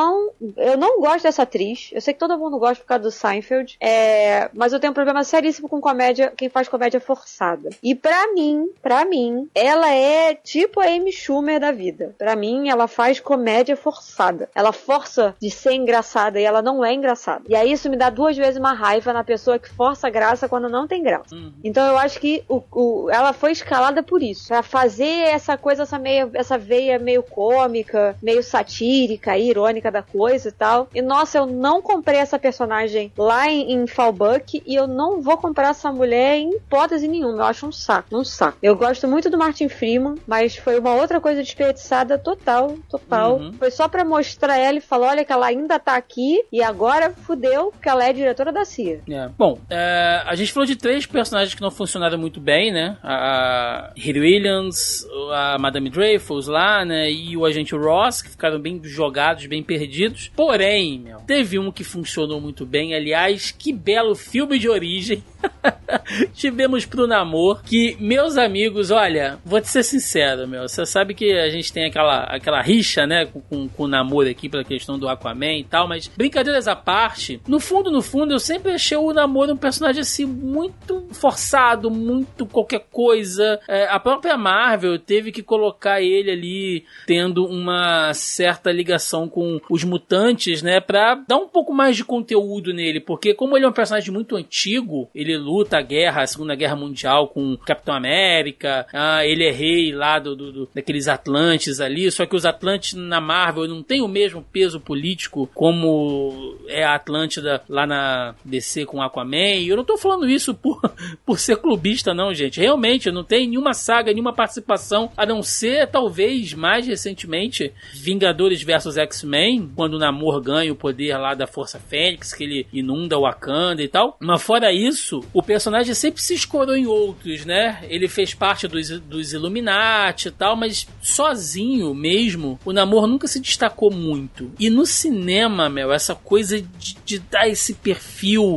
Eu não gosto dessa atriz. Eu sei que todo mundo gosta por causa do Seinfeld, mas eu tenho um problema seríssimo com comédia, quem faz comédia forçada. E pra mim, ela é tipo a Amy Schumer da vida. Pra mim, ela faz comédia forçada. Ela força de ser engraçada e ela não é engraçada. E aí isso me dá 2 vezes uma raiva na pessoa que força graça quando não tem graça. Então eu acho que ela foi escalada por isso. Pra fazer essa coisa, essa veia meio cômica, meio satírica, irônica da coisa e tal. E nossa, eu não comprei essa personagem lá em Fallbuck e eu não vou comprar essa mulher em hipótese nenhuma. Eu acho um saco. Eu gosto muito do Martin Freeman, mas foi uma outra coisa desperdiçada total. Foi só pra mostrar ela e falar, olha que ela ainda tá aqui e agora fudeu que ela é diretora da CIA. Bom, a gente falou de 3 personagens que não funcionaram muito bem, né? A Riri Williams, a Madame Dreyfus lá, né? E o agente Ross, que ficaram bem jogados, bem perdidos. Porém, teve um que funcionou muito bem. Aliás, que belo filme de origem tivemos pro Namor, que, meus amigos, olha, vou te ser sincero, você sabe que a gente tem aquela rixa, né, com o Namor aqui pela questão do Aquaman e tal, mas brincadeiras à parte, no fundo, eu sempre achei o Namor um personagem assim, muito forçado, muito qualquer coisa. A própria Marvel teve que colocar ele ali tendo uma certa ligação com os mutantes, né, pra dar um pouco mais de conteúdo nele, porque como ele é um personagem muito antigo, ele luta a Segunda Guerra Mundial com o Capitão América, ele é rei lá daqueles Atlantes ali, só que os Atlantes na Marvel não tem o mesmo peso político como é a Atlântida lá na DC com Aquaman, e eu não tô falando isso por ser clubista não, gente, realmente não tem nenhuma saga, nenhuma participação, a não ser talvez mais recentemente Vingadores vs X-Men, quando o Namor ganha o poder lá da Força Fênix, que ele inunda o Wakanda e tal, mas fora isso, o personagem sempre se escorou em outros, né, ele fez parte dos Illuminati e tal, mas sozinho mesmo, o Namor nunca se destacou muito, e no cinema, essa coisa de dar esse perfil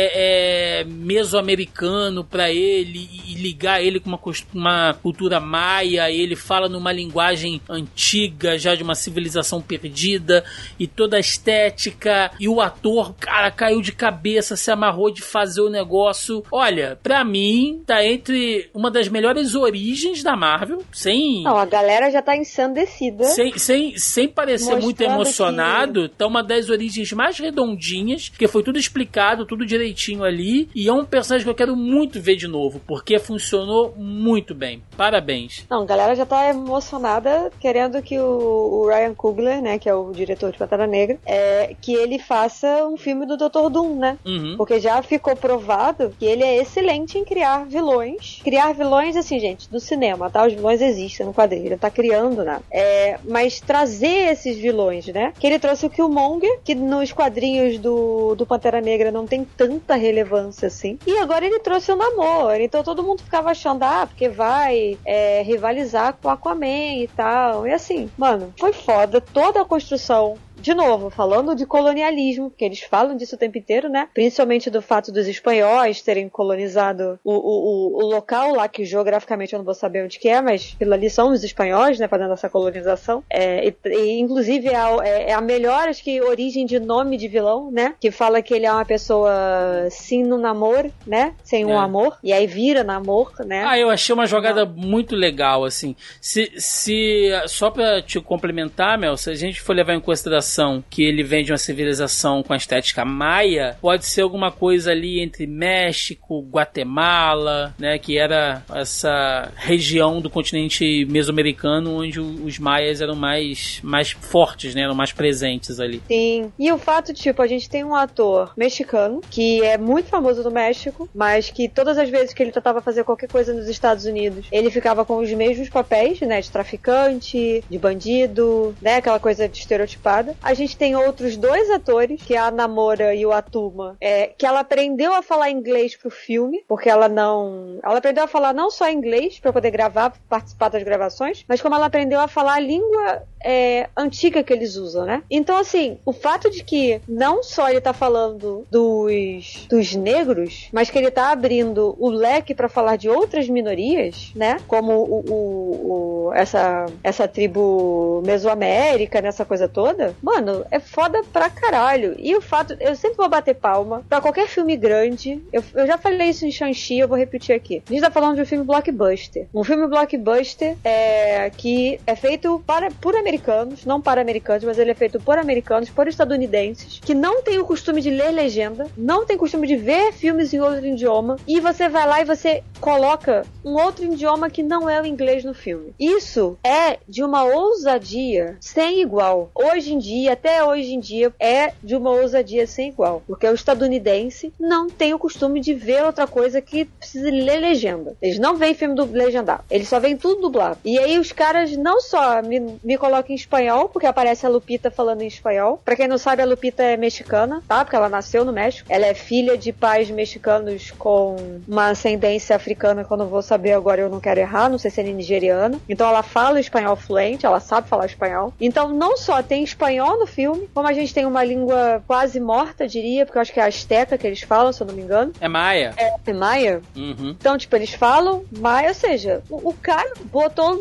mesoamericano pra ele e ligar ele com uma cultura maia, e ele fala numa linguagem antiga, já de uma civilização perdida, e toda a estética, e o ator, cara, caiu de cabeça, se amarrou de fazer o negócio. Olha, pra mim, tá entre uma das melhores origens da Marvel, sem... Não, a galera já tá ensandecida. Sem parecer muito emocionado, tá uma das origens mais redondinhas, porque foi tudo explicado, tudo direitinho ali, e é um personagem que eu quero muito ver de novo, porque funcionou muito bem. Parabéns. Não, a galera já tá emocionada, querendo que o Ryan Coogler, né, que é o diretor de Pantera Negra, que ele faça um filme do Dr. Doom, né? Uhum. Porque já ficou provado que ele é excelente em criar vilões. Criar vilões, assim, gente, do cinema, tá? Os vilões existem no quadrinho, ele tá criando, né? Mas trazer esses vilões, né? Que ele trouxe o Killmonger, que nos quadrinhos do Pantera Negra não tem tanta relevância assim. E agora ele trouxe o Namor. Então todo mundo ficava achando, porque vai rivalizar com o Aquaman e tal. E assim, mano, foi foda toda a construção. De novo, falando de colonialismo, porque eles falam disso o tempo inteiro, né? Principalmente do fato dos espanhóis terem colonizado o local lá, que geograficamente eu não vou saber onde que é, mas aquilo ali são os espanhóis, né? Fazendo essa colonização. Inclusive é a melhor, acho que, origem de nome de vilão, né? Que fala que ele é uma pessoa sem no namoro, né? Sem um amor. E aí vira namor, né? Eu achei uma jogada muito legal, assim. Só pra te complementar, Mel, se a gente for levar em consideração que ele vem de uma civilização com a estética maia, pode ser alguma coisa ali entre México, Guatemala, né, que era essa região do continente mesoamericano onde os maias eram mais fortes, né, eram mais presentes ali. Sim, e o fato, tipo, a gente tem um ator mexicano que é muito famoso no México, mas que todas as vezes que ele tentava fazer qualquer coisa nos Estados Unidos, ele ficava com os mesmos papéis, né, de traficante, de bandido, né, aquela coisa estereotipada. A gente tem outros dois atores, que é a Namora e o Atuma, que ela aprendeu a falar inglês pro filme, porque ela aprendeu a falar não só inglês pra poder participar das gravações, mas como ela aprendeu a falar a língua antiga que eles usam, né? Então, assim, o fato de que não só ele tá falando dos negros, mas que ele tá abrindo o leque pra falar de outras minorias, né? Como essa tribo mesoamérica, nessa coisa toda, mano, é foda pra caralho. E o fato, eu sempre vou bater palma pra qualquer filme grande. Eu já falei isso em Shang-Chi, eu vou repetir aqui. A gente tá falando de um filme blockbuster. Um filme blockbuster que é feito por americanos, não para americanos, mas ele é feito por americanos, por estadunidenses, que não tem o costume de ler legenda, não tem costume de ver filmes em outro idioma, e você vai lá e você coloca um outro idioma que não é o inglês no filme. Isso é de uma ousadia sem igual. Até hoje em dia, é de uma ousadia sem igual. Porque o estadunidense não tem o costume de ver outra coisa que precisa ler legenda. Eles não veem filme legendado. Eles só veem tudo dublado. E aí os caras não só me colocam em espanhol, porque aparece a Lupita falando em espanhol. Pra quem não sabe, a Lupita é mexicana, tá? Porque ela nasceu no México. Ela é filha de pais mexicanos com uma ascendência africana que eu não vou saber agora, eu não quero errar, não sei se é nigeriana. Então ela fala espanhol fluente, ela sabe falar espanhol. Então não só tem espanhol no filme, como a gente tem uma língua quase morta, diria, porque eu acho que é asteca que eles falam, se eu não me engano. É maia. É maia? Uhum. Então, tipo, eles falam maia, ou seja, o cara botou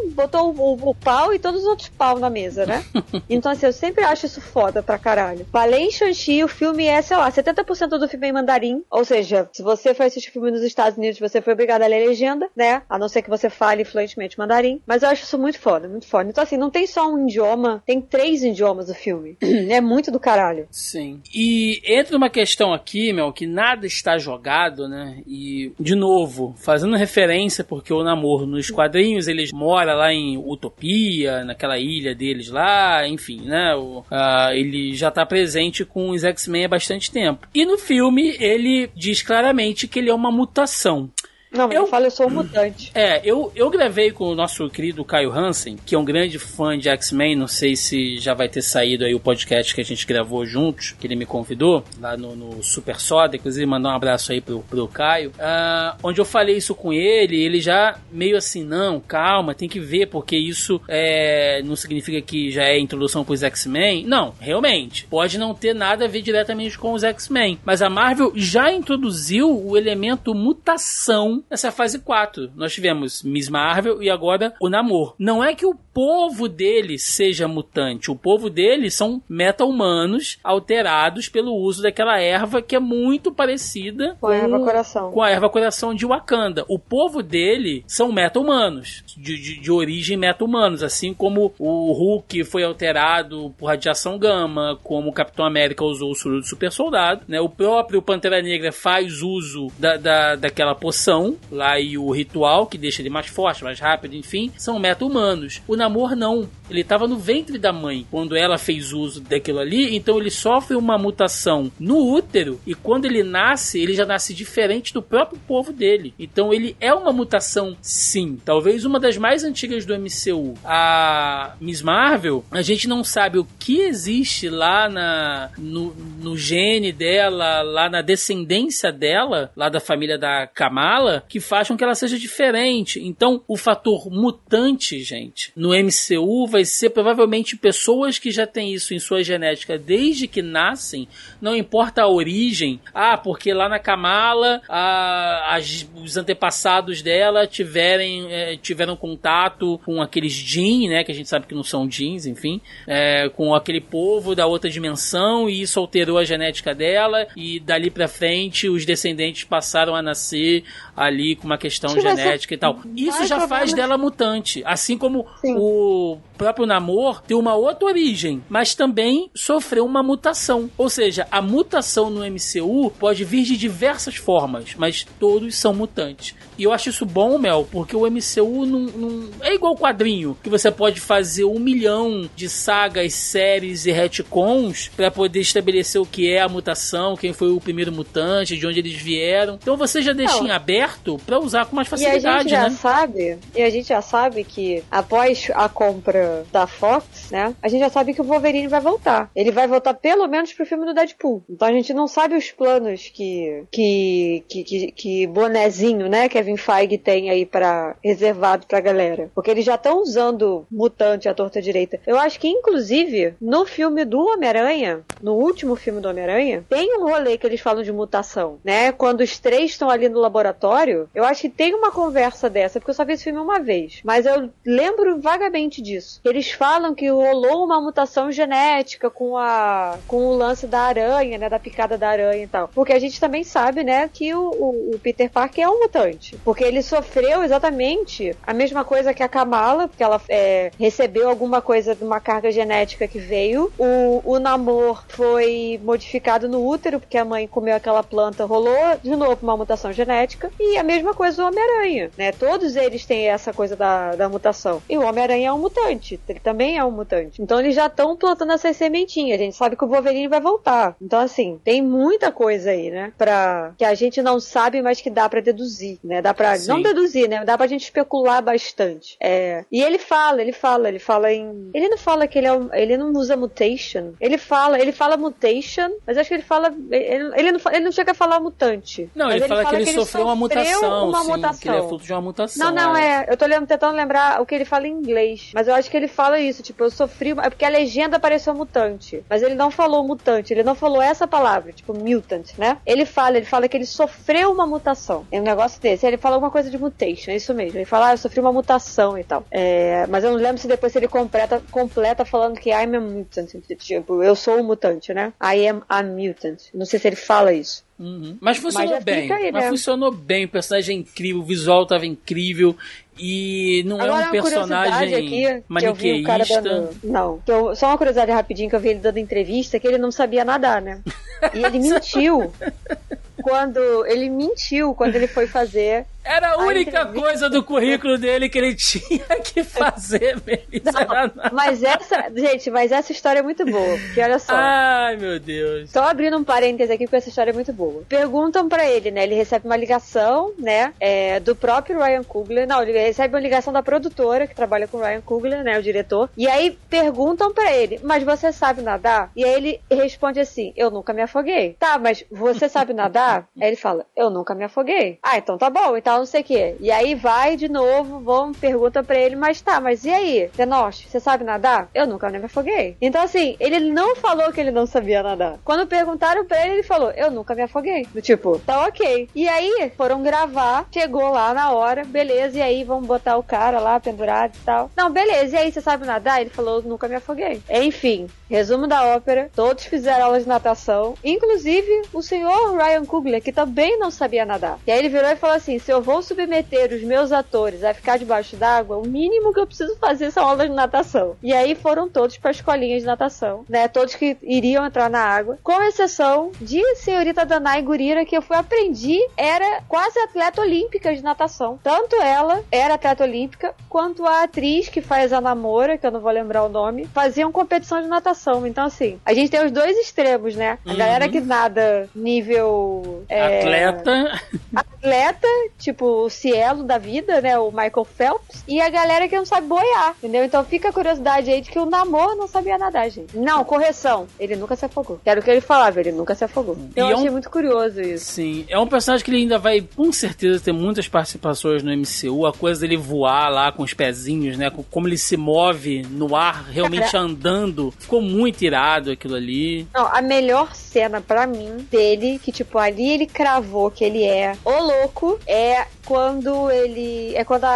o pau e todos os outros pau na mesa, né? Então, assim, eu sempre acho isso foda pra caralho. Falei em Shang-Chi, o filme é, sei lá, 70% do filme é em mandarim, ou seja, se você for assistir filme nos Estados Unidos, você foi obrigado a ler legenda, né? A não ser que você fale fluentemente mandarim. Mas eu acho isso muito foda, muito foda. Então, assim, não tem só um idioma, tem 3 idiomas o filme. É muito do caralho. Sim. E entra uma questão aqui, Mel, que nada está jogado, né? E, de novo, fazendo referência, porque o Namor nos quadrinhos, ele mora lá em Utopia, naquela ilha deles lá, enfim, né? Ele já tá presente com os X-Men há bastante tempo. E no filme, ele diz claramente que ele é uma mutação. Não, mas eu falo, eu sou um mutante. Eu gravei com o nosso querido Caio Hansen, que é um grande fã de X-Men, não sei se já vai ter saído aí o podcast que a gente gravou juntos, que ele me convidou, lá no Super Soda, inclusive mandar um abraço aí pro Caio, onde eu falei isso com ele já meio assim, não, calma, tem que ver, porque isso não significa que já é introdução pros X-Men. Não, realmente, pode não ter nada a ver diretamente com os X-Men, mas a Marvel já introduziu o elemento mutação nessa fase 4. Nós tivemos Miss Marvel e agora o Namor. Não é que o povo dele seja mutante. O povo dele são meta-humanos alterados pelo uso daquela erva que é muito parecida com a erva coração. Com a erva coração de Wakanda. O povo dele são meta-humanos. De origem meta-humanos. Assim como o Hulk foi alterado por radiação gama, como o Capitão América usou o soro do super soldado, né? O próprio Pantera Negra faz uso daquela poção lá, e o ritual que deixa ele mais forte, mais rápido, enfim, são meta-humanos. O Namor não. Ele estava no ventre da mãe quando ela fez uso daquilo ali, então ele sofre uma mutação no útero, e quando ele nasce, ele já nasce diferente do próprio povo dele. Então ele é uma mutação, sim. Talvez uma das mais antigas do MCU. A Miss Marvel, a gente não sabe o que existe lá no gene dela, lá na descendência dela, lá da família da Kamala, que faz com que ela seja diferente. Então, o fator mutante, gente, no MCU vai ser provavelmente pessoas que já têm isso em sua genética desde que nascem, não importa a origem. Porque lá na Kamala, os antepassados dela tiveram contato com aqueles Jin, né, que a gente sabe que não são Jins, enfim, com aquele povo da outra dimensão, e isso alterou a genética dela, e dali pra frente os descendentes passaram a nascer ali com uma questão genética e tal. Isso já faz dela mutante. Assim como o próprio Namor tem uma outra origem, mas também sofreu uma mutação. Ou seja, a mutação no MCU pode vir de diversas formas, mas todos são mutantes. E eu acho isso bom, Mel, porque o MCU não é igual o quadrinho, que você pode fazer 1 milhão de sagas, séries e retcons pra poder estabelecer o que é a mutação, quem foi o primeiro mutante, de onde eles vieram. Então você já deixa em aberto pra usar com mais facilidade, e a gente já sabe que após a compra da Fox, né, a gente já sabe que o Wolverine vai voltar. Ele vai voltar pelo menos pro filme do Deadpool. Então a gente não sabe os planos que bonezinho, né, Kevin Feige tem aí reservado pra galera. Porque eles já estão usando mutante à torta direita. Eu acho que, inclusive, no filme do Homem-Aranha, no último filme do Homem-Aranha, tem um rolê que eles falam de mutação, né? Quando os 3 estão ali no laboratório, eu acho que tem uma conversa dessa, porque eu só vi esse filme uma vez. Mas eu lembro vagamente disso. Eles falam que rolou uma mutação genética com o lance da aranha, né? Da picada da aranha e tal. Porque a gente também sabe, né? Que o Peter Parker é um mutante. Porque ele sofreu exatamente a mesma coisa que a Kamala, porque ela recebeu alguma coisa de uma carga genética que veio. O Namor foi modificado no útero, porque a mãe comeu aquela planta, rolou de novo uma mutação genética. E a mesma coisa do Homem-Aranha, né? Todos eles têm essa coisa da mutação. E o Homem-Aranha é um mutante. Ele também é um mutante. Então eles já estão plantando essas sementinhas. A gente sabe que o Wolverine vai voltar. Então, assim, tem muita coisa aí, né? Que a gente não sabe, mas que dá pra deduzir, né? Dá pra não deduzir, né? Dá pra gente especular bastante. E ele fala em... Ele não fala que ele não usa mutation. Ele fala mutation, mas acho que ele fala... Ele não chega a falar mutante. Não, ele fala que ele sofreu uma mutação. uma sim, mutação. que ele é fruto de uma mutação. Não, eu tô tentando lembrar o que ele fala em inglês, mas eu acho que ele fala isso, tipo, eu sofri, é porque a legenda apareceu mutante, mas ele não falou mutante, ele não falou essa palavra, tipo, mutant, né? Ele fala que ele sofreu uma mutação, é um negócio desse, ele fala alguma coisa de mutation, é isso mesmo, ele fala, eu sofri uma mutação e tal, mas eu não lembro se depois ele completa falando que I'm a mutant, tipo, eu sou um mutante, né? I am a mutant, não sei se ele fala isso. Uhum. Mas funcionou bem. Aí, né? Funcionou bem. O personagem é incrível, o visual tava incrível. E não agora, é um personagem aqui, maniqueísta. Só uma curiosidade rapidinho que eu vi ele dando entrevista, que ele não sabia nadar, né? E ele mentiu. Ele mentiu quando ele foi fazer. Era a única coisa do currículo dele que ele tinha que fazer mesmo. Mas essa história é muito boa. Porque olha só. Ai, meu Deus. Tô abrindo um parêntese aqui porque essa história é muito boa. Perguntam pra ele, né? Ele recebe uma ligação, né? Do próprio Ryan Coogler. Não, ele recebe uma ligação da produtora que trabalha com o Ryan Coogler, né? O diretor. E aí perguntam pra ele, mas você sabe nadar? E aí ele responde assim, eu nunca me afoguei. Tá, mas você sabe nadar? Aí ele fala, eu nunca me afoguei. Ah, então tá bom, então não sei o que. E aí vai de novo, pergunta pra ele, mas e aí? Zenost, você sabe nadar? Eu nunca me afoguei. Então assim, ele não falou que ele não sabia nadar. Quando perguntaram pra ele falou, eu nunca me afoguei. Do tipo, tá ok. E aí, foram gravar, chegou lá na hora, beleza, e aí vamos botar o cara lá pendurado e tal. Não, beleza, e aí, você sabe nadar? Ele falou, nunca me afoguei. Enfim, resumo da ópera, todos fizeram aula de natação, inclusive o senhor Ryan Coogler, que também não sabia nadar. E aí ele virou e falou assim, se eu vou submeter os meus atores a ficar debaixo d'água, o mínimo que eu preciso fazer são aulas de natação. E aí foram todos pra escolinha de natação, né? Todos que iriam entrar na água, com exceção de senhorita Danai Gurira, que eu aprendi, era quase atleta olímpica de natação. Tanto ela era atleta olímpica, quanto a atriz que faz a Namora, que eu não vou lembrar o nome, faziam competição de natação. Então, assim, a gente tem os dois extremos, né? A galera que nada nível... Atleta, tipo o Cielo da vida, né? O Michael Phelps. E a galera que não sabe boiar, entendeu? Então fica a curiosidade aí de que o Namor não sabia nadar, gente. Não, correção. Ele nunca se afogou. Era o que ele falava, ele nunca se afogou. Eu achei muito curioso isso. Sim, é um personagem que ele ainda vai, com certeza, ter muitas participações no MCU. A coisa dele voar lá com os pezinhos, né? Como ele se move no ar, realmente andando. Ficou muito irado aquilo ali. Não, a melhor cena pra mim dele, que tipo, ali ele cravou que ele é o louco, é quando ele... É quando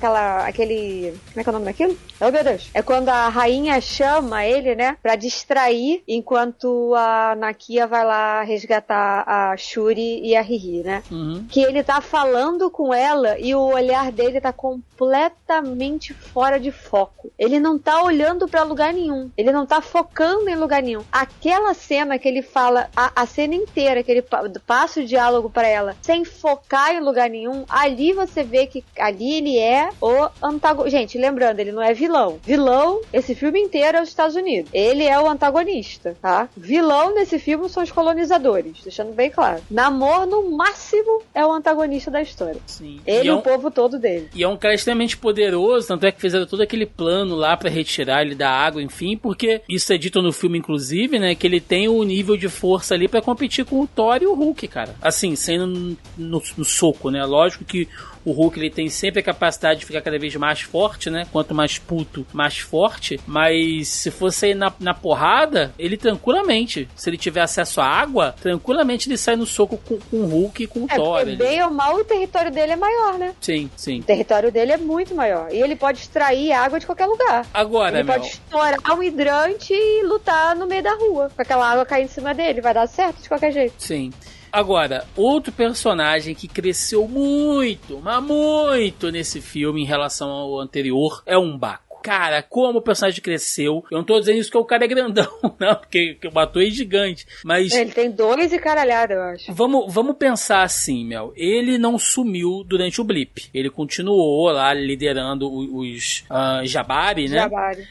aquele... Como é que é o nome daquilo? Oh, meu Deus. É quando a rainha chama ele, né? Pra distrair, enquanto a Nakia vai lá resgatar a Shuri e a Riri, né? Uhum. Que ele tá falando com ela e o olhar dele tá completamente fora de foco. Ele não tá olhando pra lugar nenhum. Ele não tá focando em lugar nenhum. Aquela cena que ele fala, a cena inteira, que ele passa o diálogo pra ela, sem focar em lugar nenhum, ali você vê que ali ele é o antagonista. Gente, lembrando, ele não é vilão. Vilão, esse filme inteiro é os Estados Unidos. Ele é o antagonista, tá? Vilão nesse filme são os colonizadores, deixando bem claro. Namor, no máximo, é o antagonista da história. Sim. Ele e o povo todo dele. E é um cara extremamente poderoso, tanto é que fizeram todo aquele plano lá pra retirar ele da água, enfim, porque isso é dito no filme, inclusive, né, que ele tem o nível de força ali pra competir com o Thor e o Hulk, cara. Assim, saindo no soco, né? Lógico que o Hulk, ele tem sempre a capacidade de ficar cada vez mais forte, né? Quanto mais puto, mais forte. Mas se fosse ir na porrada, ele tranquilamente, se ele tiver acesso à água, tranquilamente ele sai no soco com o Hulk e com o Thor. Porque bem ou mal, o território dele é maior, né? Sim, sim. O território dele é muito maior. E ele pode extrair água de qualquer lugar. Agora, ele pode estourar um hidrante e lutar no meio da rua. Com aquela água cair em cima dele. Vai dar certo de qualquer jeito. Sim. Agora, outro personagem que cresceu muito, mas muito nesse filme em relação ao anterior é o M'Baku. Cara, como o personagem cresceu. Eu não tô dizendo isso porque o cara é grandão, não, porque o ator é gigante. Mas ele tem 2 e caralhada, eu acho. Vamos pensar assim, Mel. Ele não sumiu durante o blip. Ele continuou lá liderando os Jabari, né? Jabari.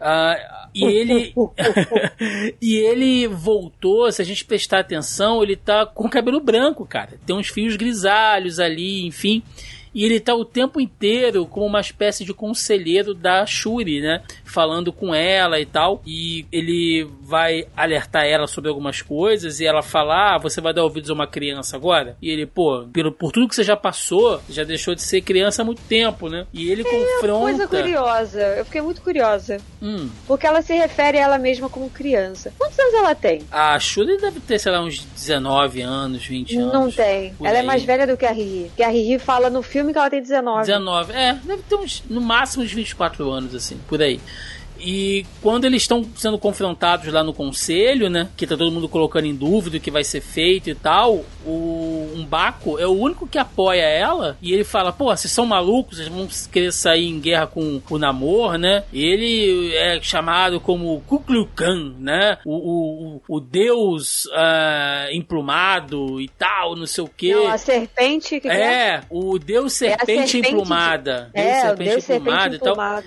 E ele voltou, se a gente prestar atenção, ele tá com cabelo branco, cara. Tem uns fios grisalhos ali, enfim. E ele tá o tempo inteiro como uma espécie de conselheiro da Shuri, né? Falando com ela e tal. E ele vai alertar ela sobre algumas coisas. E ela fala, você vai dar ouvidos a uma criança agora? E ele, por tudo que você já passou, já deixou de ser criança há muito tempo, né? E ele confronta... Coisa curiosa. Eu fiquei muito curiosa. Porque ela se refere a ela mesma como criança. Quantos anos ela tem? A Shuri deve ter, sei lá, uns 19 anos, 20 anos. Não tem. Ela é mais velha do que a Riri. Porque a Riri fala no filme que ela tem 19. 19, deve ter no máximo uns 24 anos, assim, por aí. E quando eles estão sendo confrontados lá no conselho, né, que tá todo mundo colocando em dúvida o que vai ser feito e tal, o Mbaku é o único que apoia ela, e ele fala, vocês são malucos, vocês vão querer sair em guerra com o Namor, né? Ele é chamado como Kukulkan, né? O deus emplumado e tal, não sei o quê. Não, a serpente... o deus serpente emplumada. O deus serpente emplumada.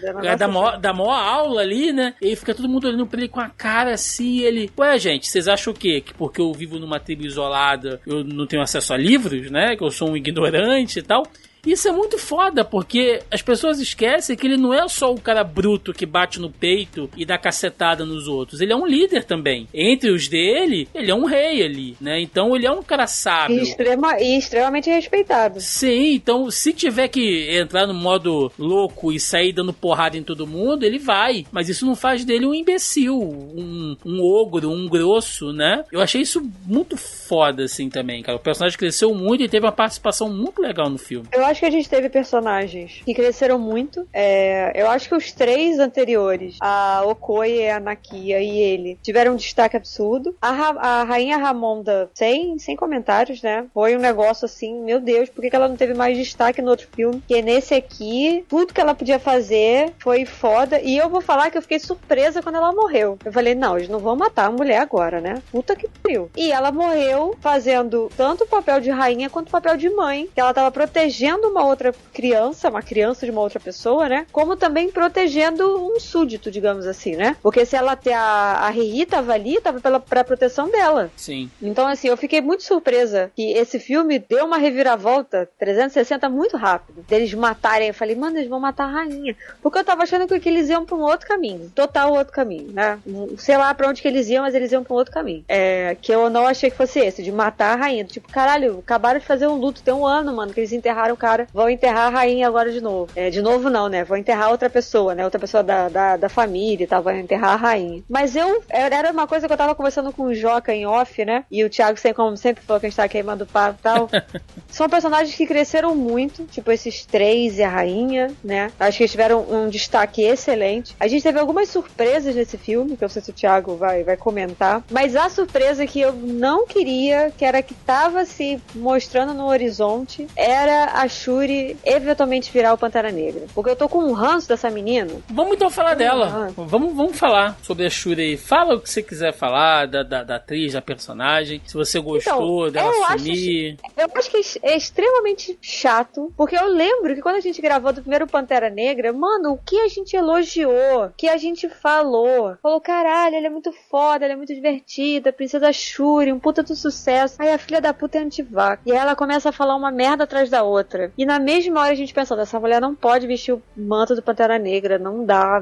Da maior aula ali, né? E fica todo mundo olhando pra ele com a cara assim, ele... gente, vocês acham o quê? Que porque eu vivo numa tribo isolada, eu não tenho acesso a livros, né? Que eu sou um ignorante e tal... Isso é muito foda, porque as pessoas esquecem que ele não é só o cara bruto que bate no peito e dá cacetada nos outros. Ele é um líder também. Entre os dele, ele é um rei ali, né? Então ele é um cara sábio. E extremamente respeitado. Sim, então se tiver que entrar no modo louco e sair dando porrada em todo mundo, ele vai. Mas isso não faz dele um imbecil, um ogro, um grosso, né? Eu achei isso muito foda, assim, também, cara. O personagem cresceu muito e teve uma participação muito legal no filme. Eu acho que a gente teve personagens que cresceram muito. Eu acho que os 3 anteriores, a Okoye, a Nakia e ele, tiveram um destaque absurdo. A Rainha Ramonda, sem comentários, né? Foi um negócio assim, meu Deus, por que ela não teve mais destaque no outro filme? Porque nesse aqui, tudo que ela podia fazer foi foda. E eu vou falar que eu fiquei surpresa quando ela morreu. Eu falei, não, eles não vão matar a mulher agora, né? Puta que pariu. E ela morreu fazendo tanto o papel de rainha quanto o papel de mãe. Que ela tava protegendo uma outra criança, uma criança de uma outra pessoa, né? Como também protegendo um súdito, digamos assim, né? Porque se ela ter a Riri tava ali, tava pra proteção dela. Sim. Então, assim, eu fiquei muito surpresa que esse filme deu uma reviravolta 360 muito rápido. Deles matarem, eu falei, mano, eles vão matar a rainha. Porque eu tava achando que eles iam pra um outro caminho. Total outro caminho, né? Sei lá pra onde que eles iam, mas eles iam pra um outro caminho. Que eu não achei que fosse esse, de matar a rainha. Tipo, caralho, acabaram de fazer um luto, tem um ano, mano, que eles enterraram o cara. Vão enterrar a rainha agora de novo. De novo não, né? Vão enterrar outra pessoa, né? Outra pessoa da família e tal, vai enterrar a rainha. Mas era uma coisa que eu tava conversando com o Joca em off, né? E o Thiago, como sempre, falou que a gente tava queimando papo e tal. São personagens que cresceram muito, tipo esses 3 e a rainha, né? Acho que eles tiveram um destaque excelente. A gente teve algumas surpresas nesse filme, que eu não sei se o Thiago vai comentar. Mas a surpresa que eu não queria, que era que tava se mostrando no horizonte, era a Shuri eventualmente virar o Pantera Negra. Porque eu tô com um ranço dessa menina. Vamos então falar dela. Vamos falar sobre a Shuri. Fala o que você quiser falar da atriz, da personagem. Se você gostou dela assumir. Eu acho que é extremamente chato. Porque eu lembro que quando a gente gravou do primeiro Pantera Negra, mano, o que a gente elogiou, o que a gente falou, caralho, ela é muito foda, ela é muito divertida, Princesa Shuri, um puta do sucesso. Aí a filha da puta é antivaca. E aí ela começa a falar uma merda atrás da outra. E na mesma hora a gente pensando, essa mulher não pode vestir o manto do Pantera Negra, não dá.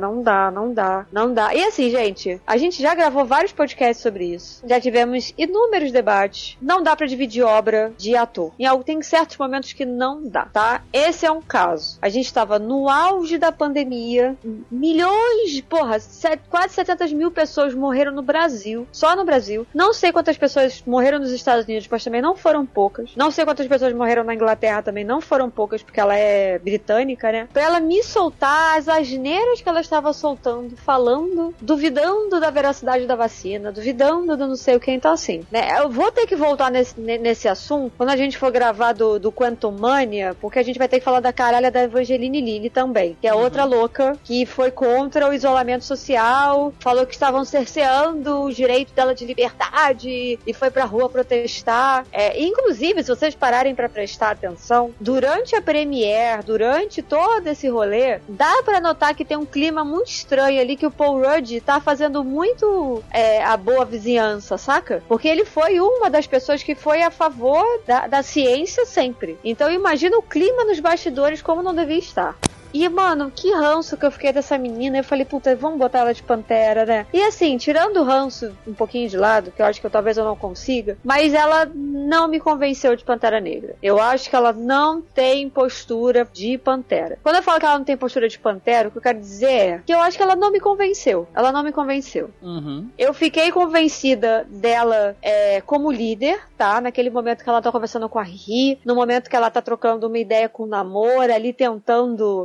E assim, gente, a gente já gravou vários podcasts sobre isso. Já tivemos inúmeros debates. Não dá pra dividir obra de ator. Tem certos momentos que não dá, tá? Esse é um caso. A gente tava no auge da pandemia, milhões, quase 700 mil pessoas morreram no Brasil, só no Brasil. Não sei quantas pessoas morreram nos Estados Unidos, mas também não foram poucas. Não sei quantas pessoas morreram na Inglaterra, também não foram poucas, porque ela é britânica, né? Pra ela me soltar as asneiras que ela estava soltando, falando, duvidando da veracidade da vacina, duvidando do não sei o que. Então, assim, né? Eu vou ter que voltar nesse assunto quando a gente for gravar do Quantum Mania, porque a gente vai ter que falar da caralha da Evangeline Lilly também, que é outra louca, que foi contra o isolamento social, falou que estavam cerceando o direito dela de liberdade e foi pra rua protestar. Inclusive, se vocês pararem pra prestar atenção, durante a premiere, durante todo esse rolê, dá pra notar que tem um clima muito estranho ali, que o Paul Rudd tá fazendo muito a boa vizinhança, saca? Porque ele foi uma das pessoas que foi a favor da ciência sempre. Então imagina o clima nos bastidores como não devia estar. E, mano, que ranço que eu fiquei dessa menina. Eu falei, puta, vamos botar ela de Pantera, né? E assim, tirando o ranço um pouquinho de lado, que eu acho que talvez eu não consiga, mas ela não me convenceu de Pantera Negra. Eu acho que ela não tem postura de Pantera. Quando eu falo que ela não tem postura de Pantera, o que eu quero dizer é que eu acho que ela não me convenceu. Ela não me convenceu. Uhum. Eu fiquei convencida dela como líder, tá? Naquele momento que ela tá conversando com a Riri, no momento que ela tá trocando uma ideia com o Namor, ali tentando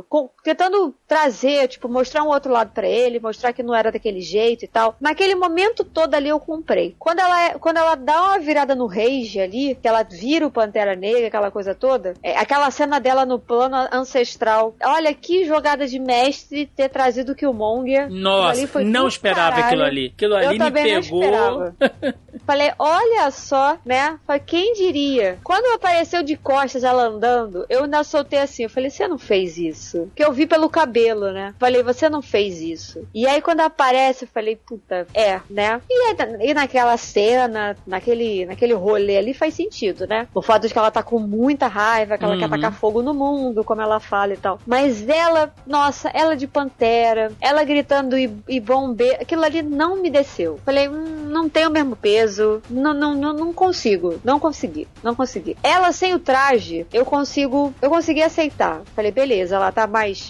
trazer, tipo, mostrar um outro lado pra ele, mostrar que não era daquele jeito e tal. Naquele momento todo ali eu comprei. Quando ela dá uma virada no Rage ali, que ela vira o Pantera Negra, aquela coisa toda, aquela cena dela no plano ancestral. Olha que jogada de mestre ter trazido o Killmonger. Nossa, foi não esperava aquilo ali. Aquilo ali me pegou. Não esperava. Falei, olha só, né? Falei, quem diria? Quando apareceu de costas ela andando, eu ainda soltei assim. Eu falei, você não fez isso? Que eu vi pelo cabelo, né? Falei, você não fez isso. E aí quando aparece, eu falei, puta, né? E naquela cena, naquele rolê ali faz sentido, né? O fato de que ela tá com muita raiva, que ela quer tacar fogo no mundo, como ela fala e tal. Mas ela, nossa, ela de Pantera, ela gritando e bombeiro, aquilo ali não me desceu. Falei, não tem o mesmo peso, não consigo, não consegui. Ela sem o traje, eu consegui aceitar. Falei, beleza, ela tá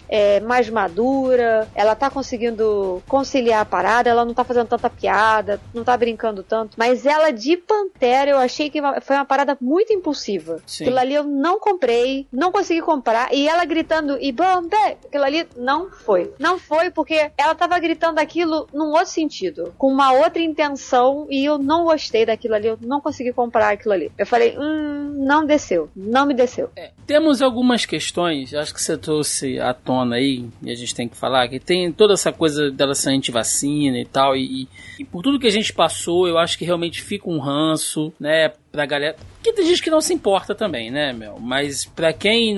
mais madura, ela tá conseguindo conciliar a parada, ela não tá fazendo tanta piada, não tá brincando tanto, mas ela de Pantera eu achei que foi uma parada muito impulsiva. Sim. Aquilo ali eu não comprei, não consegui comprar, e ela gritando e bombe, aquilo ali não foi porque ela tava gritando aquilo num outro sentido, com uma outra intenção, e eu não gostei daquilo ali, eu não consegui comprar aquilo ali. Eu falei, não me desceu. Temos algumas questões, acho que você trouxe à tona aí, e a gente tem que falar, que tem toda essa coisa dela ser anti-vacina e tal, e por tudo que a gente passou, eu acho que realmente fica um ranço, né, pra galera, que tem gente que não se importa também, né, mas pra quem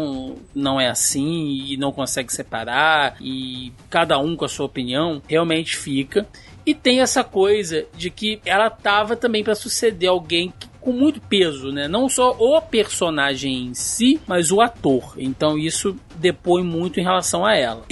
não é assim, e não consegue separar, e cada um com a sua opinião, realmente fica. E tem essa coisa de que ela tava também pra suceder alguém com muito peso, né? Não só o personagem em si, mas o ator. Então isso depõe muito em relação a ela.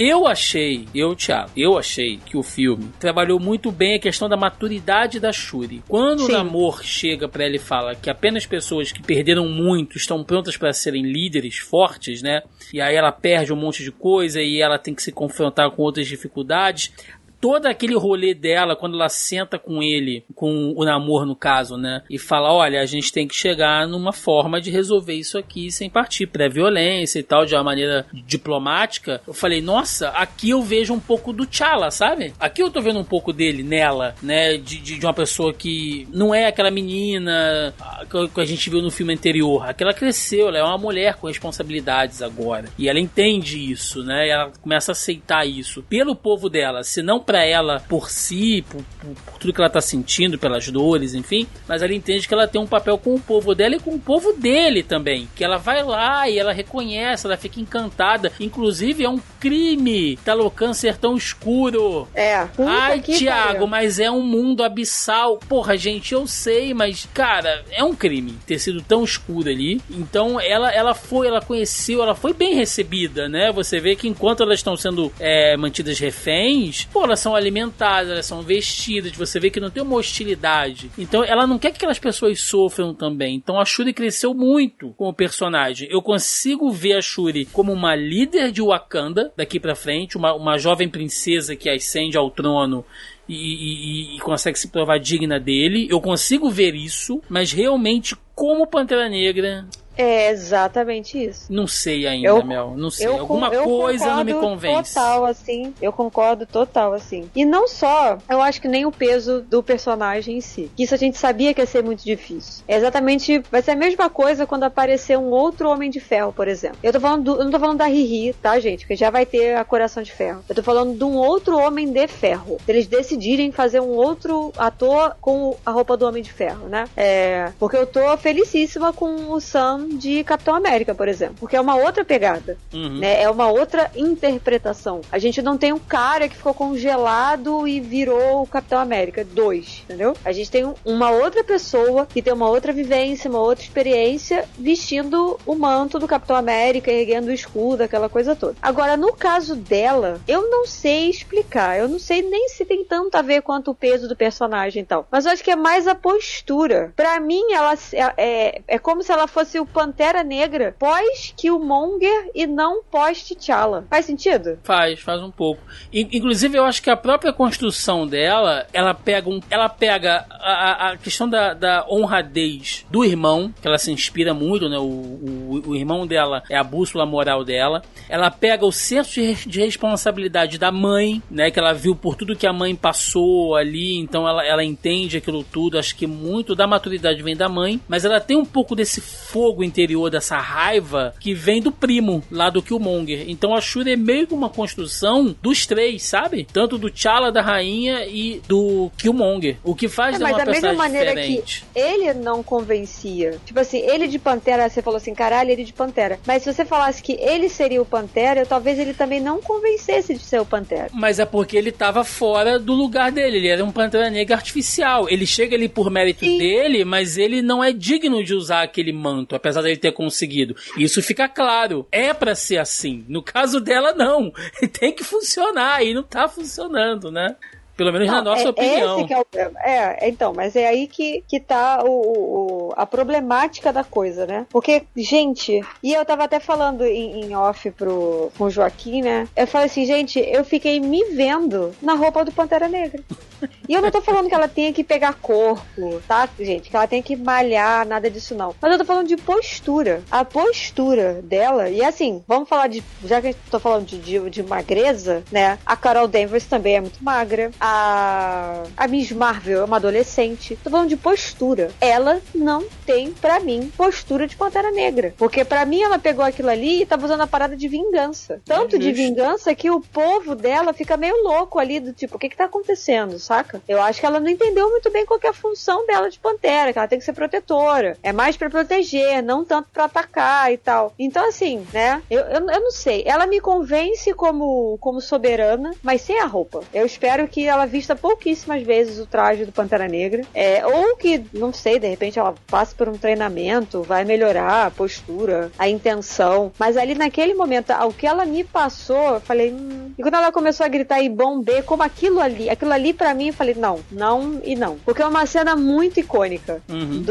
Thiago, eu achei que o filme trabalhou muito bem a questão da maturidade da Shuri. Quando o Namor chega pra ela e fala que apenas pessoas que perderam muito estão prontas para serem líderes fortes, né? E aí ela perde um monte de coisa e ela tem que se confrontar com outras dificuldades. Todo aquele rolê dela, quando ela senta com ele, com o Namor no caso, né? E fala, olha, a gente tem que chegar numa forma de resolver isso aqui sem partir pra violência e tal, de uma maneira diplomática. Eu falei, nossa, aqui eu vejo um pouco do T'Challa, sabe? Aqui eu tô vendo um pouco dele, nela, né? De uma pessoa que não é aquela menina que a gente viu no filme anterior. Aquela cresceu, ela é uma mulher com responsabilidades agora. E ela entende isso, né? E ela começa a aceitar isso pelo povo dela, se não pra ela por si, por tudo que ela tá sentindo, pelas dores, enfim, mas ela entende que ela tem um papel com o povo dela e com o povo dele também, que ela vai lá e ela reconhece, ela fica encantada, inclusive é um crime Talocan ser tão escuro. Ai, Thiago, mas é um mundo abissal. Porra, gente, eu sei, mas cara, é um crime ter sido tão escuro ali. Então ela conheceu, ela foi bem recebida, né? Você vê que enquanto elas estão sendo mantidas reféns, pô, elas são alimentadas, elas são vestidas, você vê que não tem uma hostilidade. Então ela não quer que aquelas pessoas sofram também. Então a Shuri cresceu muito como personagem. Eu consigo ver a Shuri como uma líder de Wakanda daqui pra frente, uma jovem princesa que ascende ao trono e consegue se provar digna dele. Eu consigo ver isso, mas realmente como Pantera Negra... É exatamente isso. Não sei ainda, Mel. Não sei. Alguma coisa não me convence. Eu concordo total, assim. E não só, eu acho que nem o peso do personagem em si. Isso a gente sabia que ia ser muito difícil. É exatamente, vai ser a mesma coisa quando aparecer um outro Homem de Ferro, por exemplo. Eu não tô falando da Riri, tá, gente? Porque já vai ter a Coração de Ferro. Eu tô falando de um outro Homem de Ferro. Se eles decidirem fazer um outro ator com a roupa do Homem de Ferro, né? Porque eu tô felicíssima com o Sam de Capitão América, por exemplo. Porque é uma outra pegada, né? É uma outra interpretação. A gente não tem um cara que ficou congelado e virou o Capitão América 2, entendeu? A gente tem uma outra pessoa que tem uma outra vivência, uma outra experiência, vestindo o manto do Capitão América, erguendo o escudo, aquela coisa toda. Agora, no caso dela, eu não sei explicar. Eu não sei nem se tem tanto a ver quanto o peso do personagem e tal. Mas eu acho que é mais a postura. Pra mim, ela é como se ela fosse o Pantera Negra pós-Killmonger e não pós-T'Challa. Faz sentido? Faz um pouco. Inclusive, eu acho que a própria construção dela, ela pega a questão da honradez do irmão, que ela se inspira muito, né? O irmão dela é a bússola moral dela. Ela pega o senso de responsabilidade da mãe, né? Que ela viu por tudo que a mãe passou ali, então ela entende aquilo tudo. Acho que muito da maturidade vem da mãe, mas ela tem um pouco desse fogo interior, dessa raiva que vem do primo, lá do Killmonger. Então a Shuri é meio que uma construção dos três, sabe? Tanto do T'Challa, da rainha e do Killmonger. O que faz de uma personagem diferente. Mas da mesma maneira que ele não convencia. Tipo assim, ele de Pantera, você falou assim, caralho, ele de Pantera. Mas se você falasse que ele seria o Pantera, talvez ele também não convencesse de ser o Pantera. Mas é porque ele tava fora do lugar dele. Ele era um Pantera Negra artificial. Ele chega ali por mérito dele, mas ele não é digno de usar aquele manto, apesar dele ter conseguido. Isso fica claro. É pra ser assim. No caso dela, não. Tem que funcionar e não tá funcionando, né? Pelo menos na nossa opinião. Esse que é o problema. Então, mas é aí que tá a problemática da coisa, né? Porque, gente, e eu tava até falando em off com o Joaquim, né? Eu falei assim, gente, eu fiquei me vendo na roupa do Pantera Negra. E eu não tô falando que ela tenha que pegar corpo, tá, gente? Que ela tenha que malhar, nada disso não. Mas eu tô falando de postura. A postura dela, e assim, vamos falar já que eu tô falando de magreza, né? A Carol Danvers também é muito magra. A Miss Marvel é uma adolescente. Tô falando de postura. Ela não tem, pra mim, postura de Pantera Negra. Porque pra mim ela pegou aquilo ali e tava usando a parada de vingança. Tanto de vingança que o povo dela fica meio louco ali, do tipo, o que tá acontecendo, saca? Eu acho que ela não entendeu muito bem qual que é a função dela de Pantera, que ela tem que ser protetora. É mais pra proteger, não tanto pra atacar e tal. Então assim, né? Eu não sei. Ela me convence como soberana, mas sem a roupa. Eu espero que ela vista pouquíssimas vezes o traje do Pantera Negra. Ou que, não sei, de repente ela passe por um treinamento, vai melhorar a postura, a intenção. Mas ali naquele momento, o que ela me passou, eu falei, E quando ela começou a gritar e bomber, como aquilo ali pra mim, eu falei, não. Porque é uma cena muito icônica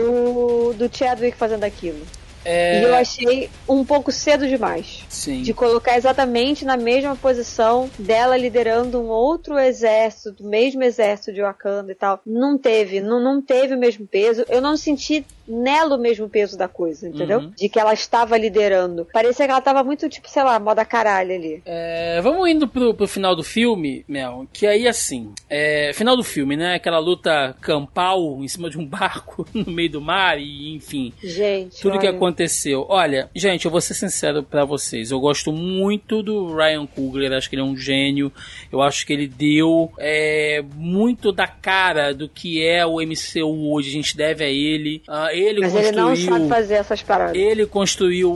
do Chadwick fazendo aquilo. E eu achei um pouco cedo demais. Sim. De colocar exatamente na mesma posição dela liderando um outro exército, do mesmo exército de Wakanda e tal. Não teve o mesmo peso. Eu não senti nela o mesmo peso da coisa, entendeu? De que ela estava liderando. Parecia que ela estava muito, tipo, sei lá, moda caralho ali. Vamos indo pro final do filme, Mel, que aí assim, final do filme, né? Aquela luta campal em cima de um barco no meio do mar e, enfim. Gente, tudo que aconteceu. Olha, gente, eu vou ser sincero pra vocês. Eu gosto muito do Ryan Coogler, acho que ele é um gênio. Eu acho que ele deu muito da cara do que é o MCU hoje. A gente deve a ele. Mas ele não sabe fazer essas paradas. Ele construiu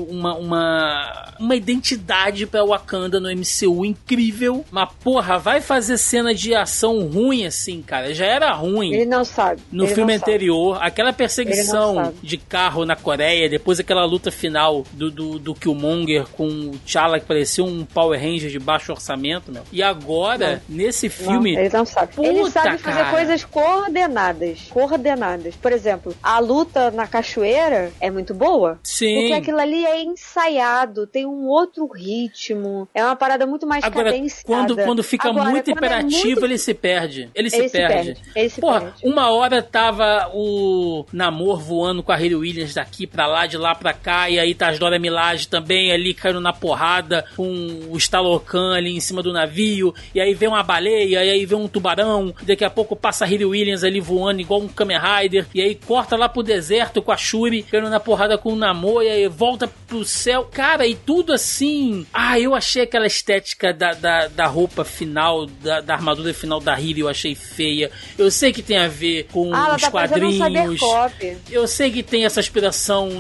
uma identidade pra Wakanda no MCU incrível. Mas, porra, vai fazer cena de ação ruim assim, cara. Já era ruim. Ele não sabe. No filme anterior, aquela perseguição de carro na Coreia, depois aquela luta final do Killmonger com o T'Challa, que parecia um Power Ranger de baixo orçamento, meu. E agora, nesse filme... Não, ele não sabe. Ele sabe fazer coisas coordenadas. Por exemplo, a luta na cachoeira é muito boa. Sim. Porque aquilo ali é ensaiado, tem um outro ritmo, é uma parada muito mais cadenciada. Quando fica muito imperativo, ele se perde. Ele se perde. Porra, uma hora tava o Namor voando com a Hayley Williams daqui pra lá, de lá pra cá, e aí tá as Dora Milaje também ali caindo na porrada com o Stalocan ali em cima do navio, e aí vem uma baleia, e aí vem um tubarão, e daqui a pouco passa a Hayley Williams ali voando igual um Kamen Rider, e aí corta lá pro deserto com a Shuri, caindo na porrada com o Namor, e aí volta pro céu. Cara, e tudo assim... eu achei aquela estética da roupa final, da armadura final da Hayley, eu achei feia. Eu sei que tem a ver com os quadrinhos. Eu sei que tem essa inspiração em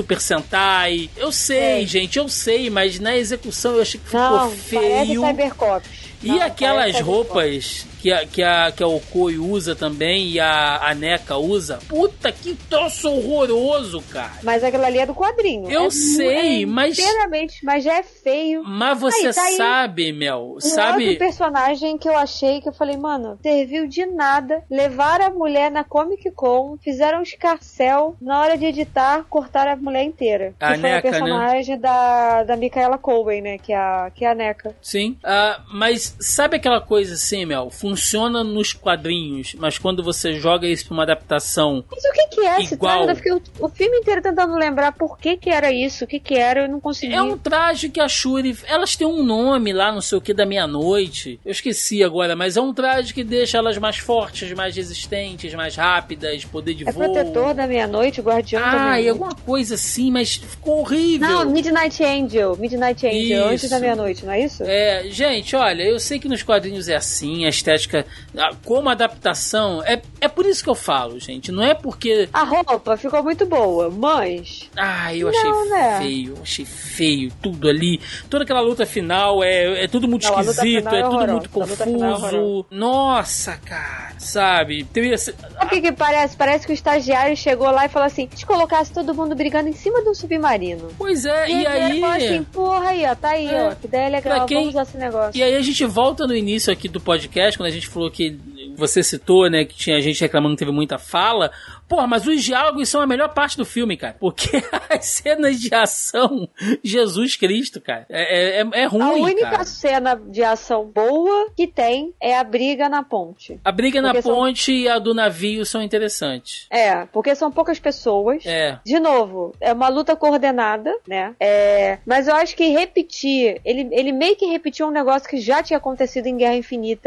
Super Sentai. Eu sei, gente, eu sei, mas na execução eu achei que ficou feio. Parece Cybercops. E aquelas roupas que a Okoi usa também e a NECA usa, puta, que troço horroroso, cara. Mas aquilo ali é do quadrinho. Eu sei, mas... Inteiramente, mas já é feio. Mas você sabe, Mel, sabe... Outro personagem que eu achei, que eu falei, mano, serviu de nada. Levaram a mulher na Comic Con, fizeram um escarcel, na hora de editar, cortaram a mulher inteira. A que foi NECA, a personagem, né? da Micaela Cohen, né, que é a NECA. Sim, mas sabe aquela coisa assim, Mel? Funciona nos quadrinhos, mas quando você joga isso pra uma adaptação... Mas o que é esse igual... traje? Eu fiquei o filme inteiro tentando lembrar por que era isso, o que era, eu não consegui. É um traje que a Shuri... Elas têm um nome lá, não sei o que, da meia-noite. Eu esqueci agora, mas é um traje que deixa elas mais fortes, mais resistentes, mais rápidas, poder de voo. É protetor da meia-noite, guardião da meia-noite. Alguma coisa assim, mas ficou horrível. Não, Midnight Angel, antes da meia-noite, não é isso? Gente, olha, eu sei que nos quadrinhos é assim, a estética, como adaptação, é por isso que eu falo, gente, não é porque... A roupa ficou muito boa, mas... eu achei feio, tudo ali, toda aquela luta final é tudo muito esquisito, é tudo muito confuso. Nossa, cara, sabe? Sabe o que parece? Parece que o estagiário chegou lá e falou assim, se colocasse todo mundo brigando em cima de um submarino. Pois é, e aí... falou assim, porra aí, ó, tá aí, ó, que ideia legal, vamos usar esse negócio. E aí a gente volta no início aqui do podcast, quando a gente falou que você citou, né, que tinha gente reclamando que teve muita fala. Porra, mas os diálogos são a melhor parte do filme, cara. Porque as cenas de ação, Jesus Cristo, cara, é ruim, cara. A única cena de ação boa que tem é a briga na ponte. A briga na ponte e a do navio são interessantes. Porque são poucas pessoas. De novo, é uma luta coordenada, né? Mas eu acho que repetir, ele meio que repetiu um negócio que já tinha acontecido em Guerra Infinita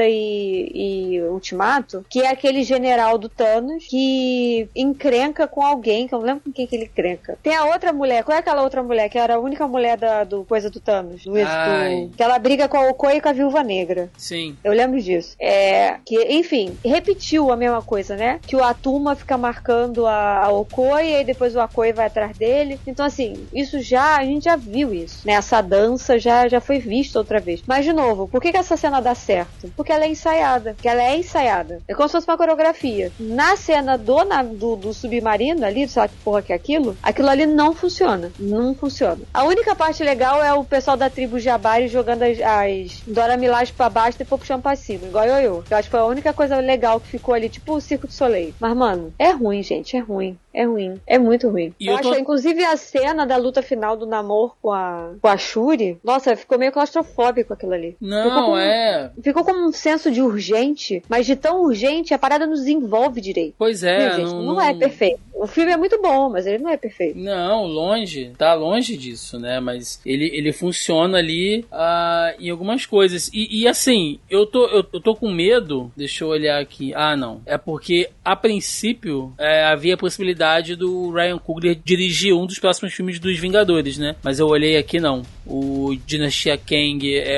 e Ultimato, que é aquele general do Thanos que encrenca com alguém, que eu não lembro com quem que ele encrenca. Tem a outra mulher, qual é aquela outra mulher que era a única mulher do coisa do Thanos? Que ela briga com a Okoi e com a Viúva Negra. Sim. Eu lembro disso. Que, enfim, repetiu a mesma coisa, né? Que o Atuma fica marcando a Okoi e aí depois o Okoi vai atrás dele. Então, assim, a gente já viu isso, né? Essa dança já foi vista outra vez. Mas, de novo, por que essa cena dá certo? Porque ela é ensaiada. Porque ela é ensaiada. É como se fosse uma coreografia. Na cena do submarino ali, sabe que porra que é aquilo ali não funciona. Não funciona. A única parte legal é o pessoal da tribo Jabari jogando as Dora Milaje pra baixo e depois puxando pra cima, igual eu. Eu acho que foi a única coisa legal que ficou ali, tipo o Circo do Soleil. Mas, mano, é ruim, gente. É ruim. É muito ruim. Eu acho, inclusive, a cena da luta final do Namor com a Shuri, nossa, ficou meio claustrofóbico aquilo ali. Ficou com um senso de urgente, mas de tão urgente, a parada nos envolve direito. Pois é. Não é perfeito. O filme é muito bom, mas ele não é perfeito. Não, tá longe disso, né? Mas ele funciona ali em algumas coisas. E assim, eu tô com medo, deixa eu olhar aqui. Não. É porque, a princípio, havia a possibilidade do Ryan Coogler dirigir um dos próximos filmes dos Vingadores, né? Mas eu olhei aqui, não. O Dynastia Kang é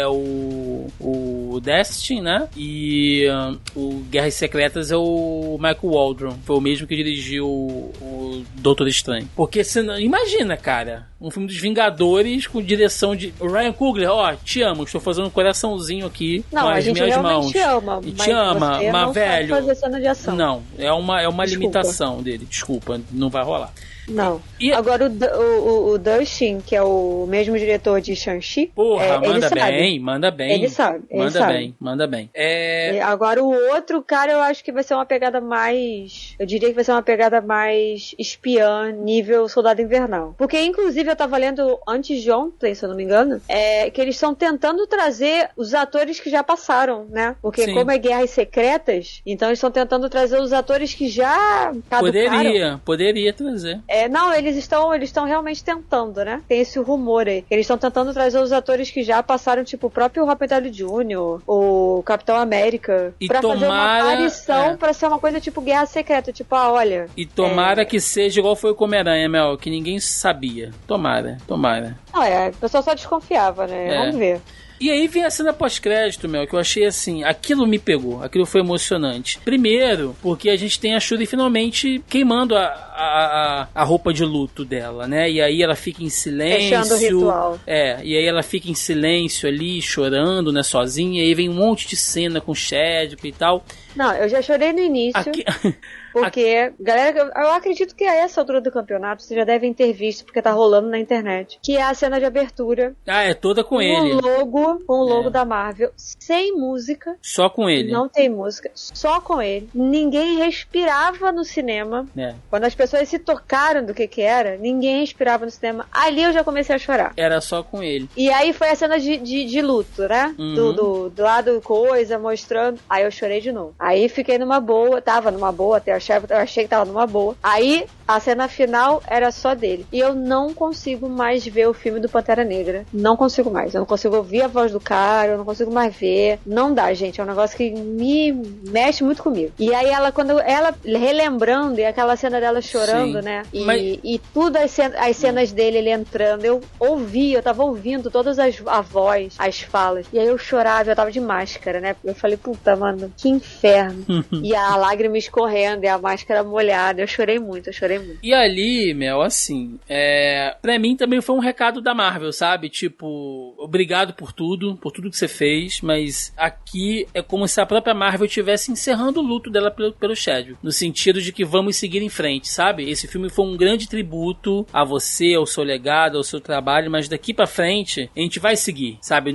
o Destiny, né? E o Guerras Secretas é o Michael Waldron. Foi o mesmo que dirigiu o Doutor Estranho. Porque imagina, cara, um filme dos Vingadores com direção de Ryan Coogler, te amo, estou fazendo um coraçãozinho aqui com as minhas mãos. E te ama, mas velho, fazer cena de ação. Não, é uma limitação dele, desculpa, não vai rolar. Não. Agora o Dustin, que é o mesmo diretor de Shang-Chi, manda bem. Ele sabe. Manda bem. Agora o outro cara eu acho que vai ser uma pegada mais... Eu diria que vai ser uma pegada mais espiã, nível Soldado Invernal. Porque, inclusive, eu tava lendo antes de ontem, se eu não me engano, que eles estão tentando trazer os atores que já passaram, né? Porque como é Guerras Secretas, então eles estão tentando trazer os atores que já caducaram. Poderia trazer. Não, eles estão realmente tentando, né? Tem esse rumor aí. Eles estão tentando trazer os atores que já passaram, tipo o próprio Robert Downey Jr., o Capitão América, pra fazer uma aparição, pra ser uma coisa tipo Guerra Secreta, tipo, olha... E tomara que seja igual foi o Homem-Aranha, Mel, que ninguém sabia. Tomara. Não, o pessoal só desconfiava, né? Vamos ver. E aí vem a cena pós-crédito, Mel, que eu achei assim, aquilo me pegou, aquilo foi emocionante. Primeiro, porque a gente tem a Shuri finalmente queimando a roupa de luto dela, né? E aí ela fica em silêncio. Fechando o ritual. E aí ela fica em silêncio ali, chorando, né, sozinha. E aí vem um monte de cena com o Chadwick e tal. Não, eu já chorei no início. Porque, galera, eu acredito que a essa altura do campeonato vocês já devem ter visto, porque tá rolando na internet, que é a cena de abertura. É toda com ele. Com o logo da Marvel, sem música. Só com ele. Não tem música, só com ele. Ninguém respirava no cinema. Quando as pessoas se tocaram do que era, ninguém respirava no cinema. Ali eu já comecei a chorar. Era só com ele. E aí foi a cena de luto, né? Do lado coisa, mostrando. Aí eu chorei de novo. Aí fiquei numa boa, tava numa boa até eu achei que tava numa boa. Aí, a cena final era só dele. E eu não consigo mais ver o filme do Pantera Negra. Não consigo mais. Eu não consigo ouvir a voz do cara, eu não consigo mais ver. Não dá, gente. É um negócio que me mexe muito comigo. E aí, quando ela relembrando, e aquela cena dela chorando, né? E tudo as cenas dele, ele entrando. Eu tava ouvindo todas a voz, as falas. E aí eu chorava, eu tava de máscara, né? Eu falei, puta, mano, que inferno. E a lágrima escorrendo, e a máscara molhada. Eu chorei muito. E ali, Mel, assim, pra mim também foi um recado da Marvel, sabe? Tipo, obrigado por tudo que você fez, mas aqui é como se a própria Marvel estivesse encerrando o luto dela pelo Chadwick, no sentido de que vamos seguir em frente, sabe? Esse filme foi um grande tributo a você, ao seu legado, ao seu trabalho, mas daqui pra frente a gente vai seguir, sabe?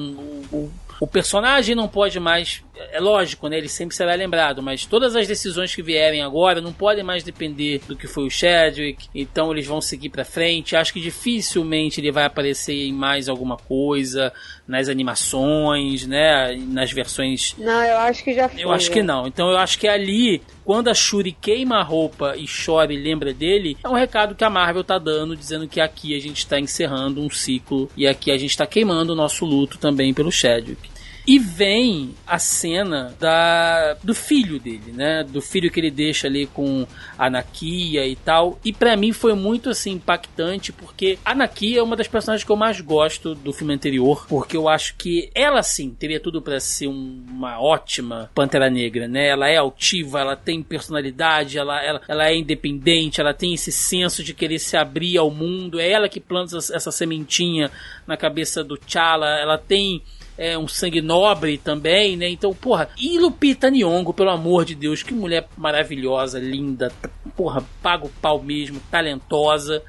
O personagem não pode mais... É lógico, né? Ele sempre será lembrado, mas todas as decisões que vierem agora não podem mais depender do que foi o Chadwick, então eles vão seguir pra frente. Acho que dificilmente ele vai aparecer em mais alguma coisa, nas animações, né? Nas versões... Não, eu acho que já foi. Eu acho que não. Então eu acho que ali, quando a Shuri queima a roupa e chora e lembra dele, é um recado que a Marvel tá dando, dizendo que aqui a gente tá encerrando um ciclo e aqui a gente tá queimando o nosso luto também pelo Chadwick. E vem a cena do filho dele, né? Do filho que ele deixa ali com a Nakia e tal. E pra mim foi muito, assim, impactante, porque a Nakia é uma das personagens que eu mais gosto do filme anterior, porque eu acho que ela, sim, teria tudo pra ser uma ótima Pantera Negra, né? Ela é altiva, ela tem personalidade, ela é independente, ela tem esse senso de querer se abrir ao mundo. É ela que planta essa sementinha na cabeça do T'Challa. Ela tem... um sangue nobre também, né? Então, porra, e Lupita Nyong'o, pelo amor de Deus, que mulher maravilhosa, linda, porra, paga o pau mesmo, talentosa,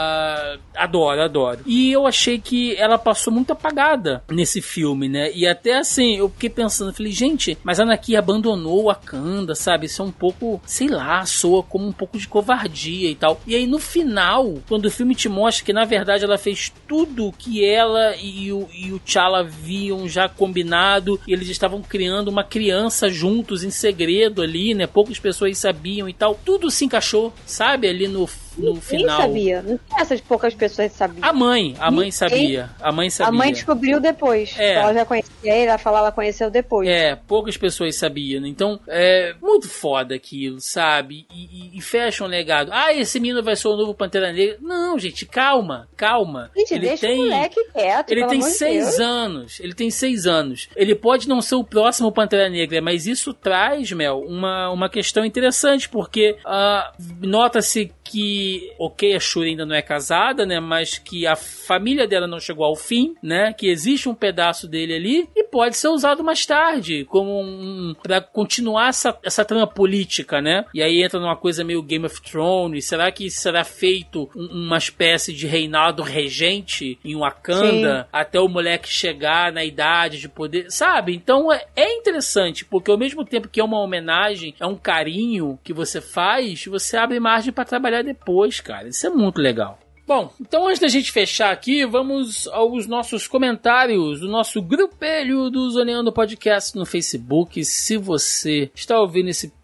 adoro. E eu achei que ela passou muito apagada nesse filme, né? E até assim, eu fiquei pensando, falei, gente, mas a Nakia abandonou o Wakanda, sabe? Isso é um pouco, sei lá, soa como um pouco de covardia e tal. E aí no final, quando o filme te mostra que na verdade ela fez tudo que ela e o T'Challa viam já combinado, e eles estavam criando uma criança juntos em segredo ali, né? Poucas pessoas sabiam e tal. Tudo se encaixou, sabe? Ali no final. Sabia. Não tinha essas poucas pessoas que sabiam. A mãe sabia. A mãe descobriu depois. Ela já conhecia ele, ela conheceu depois. Poucas pessoas sabiam. Então, é muito foda aquilo, sabe? E fecha um legado. Esse menino vai ser o novo Pantera Negra. Não, gente, calma. Gente, ele deixa o moleque quieto, ele tem 6 anos. Ele tem 6 anos. Ele pode não ser o próximo Pantera Negra, mas isso traz, Mel, uma questão interessante, porque nota-se que, a Shuri ainda não é casada, né, mas que a família dela não chegou ao fim, né, que existe um pedaço dele ali e pode ser usado mais tarde como pra continuar essa trama política, né, e aí entra numa coisa meio Game of Thrones. Será que será feito uma espécie de reinado regente em Wakanda? Sim. Até o moleque chegar na idade de poder, sabe? Então é interessante, porque ao mesmo tempo que é uma homenagem, é um carinho que você faz, você abre margem pra trabalhar depois, cara. Isso é muito legal. Bom, então antes da gente fechar aqui, vamos aos nossos comentários do nosso grupelho do Zoneando Podcast no Facebook. Se você está ouvindo esse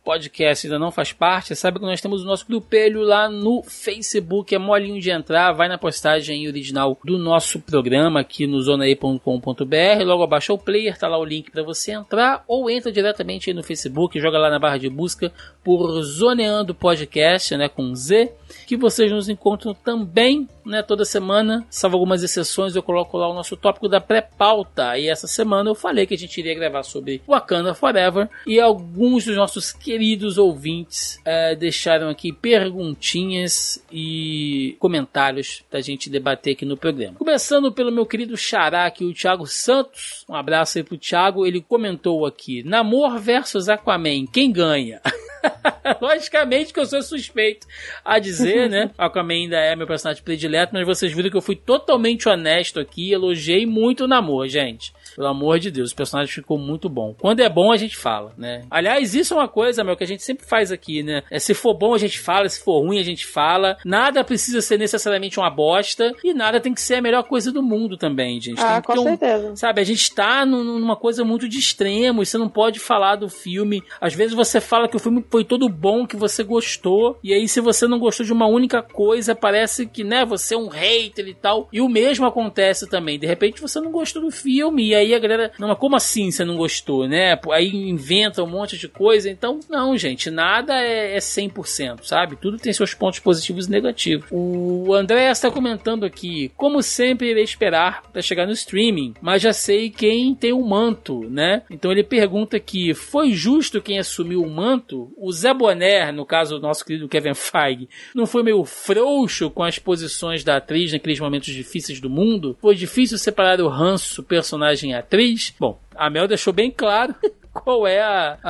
Podcast ainda não faz parte, sabe que nós temos o nosso grupelho lá no Facebook, é molinho de entrar, vai na postagem original do nosso programa aqui no zonae.com.br, logo abaixo é o player, tá lá o link para você entrar, ou entra diretamente aí no Facebook, joga lá na barra de busca por Zoneando Podcast, né, com Z, que vocês nos encontram também, né, toda semana, salvo algumas exceções, eu coloco lá o nosso tópico da pré-pauta, e essa semana eu falei que a gente iria gravar sobre Wakanda Forever, e alguns dos nossos queridos ouvintes deixaram aqui perguntinhas e comentários pra gente debater aqui no programa. Começando pelo meu querido xará aqui, o Thiago Santos, um abraço aí pro Thiago, ele comentou aqui, Namor versus Aquaman, quem ganha? Logicamente que eu sou suspeito a dizer, né? Aquaman ainda é meu personagem predileto, mas vocês viram que eu fui totalmente honesto aqui, elogiei muito o Namor, gente. Pelo amor de Deus, o personagem ficou muito bom. Quando é bom, a gente fala, né? Aliás, isso é uma coisa, que a gente sempre faz aqui, né? Se for bom, a gente fala. Se for ruim, a gente fala. Nada precisa ser necessariamente uma bosta. E nada tem que ser a melhor coisa do mundo também, gente. Com certeza. Sabe, a gente tá numa coisa muito de extremo. E você não pode falar do filme. Às vezes você fala que o filme foi todo bom, que você gostou. E aí, se você não gostou de uma única coisa, parece que, né, você é um hater e tal. E o mesmo acontece também. De repente, você não gostou do filme. E aí a galera, não, mas como assim você não gostou, né? Aí inventa um monte de coisa. Então, não, gente, nada é 100%, sabe? Tudo tem seus pontos positivos e negativos. O André está comentando aqui, como sempre irei esperar para chegar no streaming, mas já sei quem tem o manto, né? Então ele pergunta aqui, foi justo quem assumiu o manto? O Zé Bonner, no caso do nosso querido Kevin Feige, não foi meio frouxo com as posições da atriz naqueles momentos difíceis do mundo? Foi difícil separar o ranço personagem atriz? Bom, a Mel deixou bem claro qual é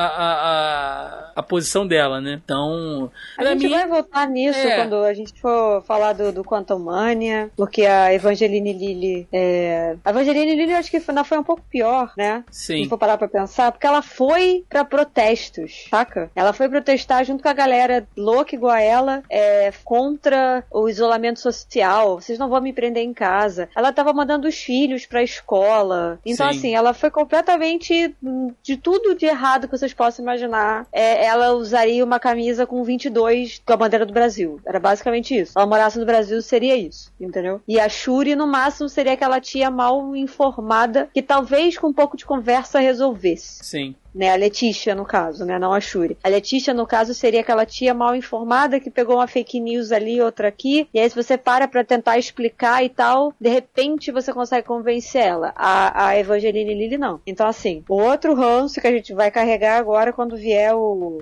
a posição dela, né? Então, a gente vai voltar nisso quando a gente for falar do Quantumania, porque a Evangeline Lilly a Evangeline Lilly eu acho que ainda foi um pouco pior, né? Sim. Se for parar pra pensar, porque ela foi pra protestos, saca? Ela foi protestar junto com a galera louca igual a ela, contra o isolamento social, vocês não vão me prender em casa. Ela tava mandando os filhos pra escola. Então, sim, assim, ela foi completamente de tudo de errado que vocês possam imaginar. Ela usaria uma camisa com 22 com a bandeira do Brasil. Era basicamente isso. Se ela morasse no Brasil, seria isso, entendeu? E a Shuri, no máximo, seria aquela tia mal informada que talvez com um pouco de conversa resolvesse. Sim. Né, a Letícia, no caso, né, não a Shuri. A Letícia, no caso, seria aquela tia mal informada que pegou uma fake news ali, outra aqui, e aí se você para pra tentar explicar e tal, de repente você consegue convencer ela. A Evangeline Lilly, não. Então, assim, o outro ranço que a gente vai carregar agora quando vier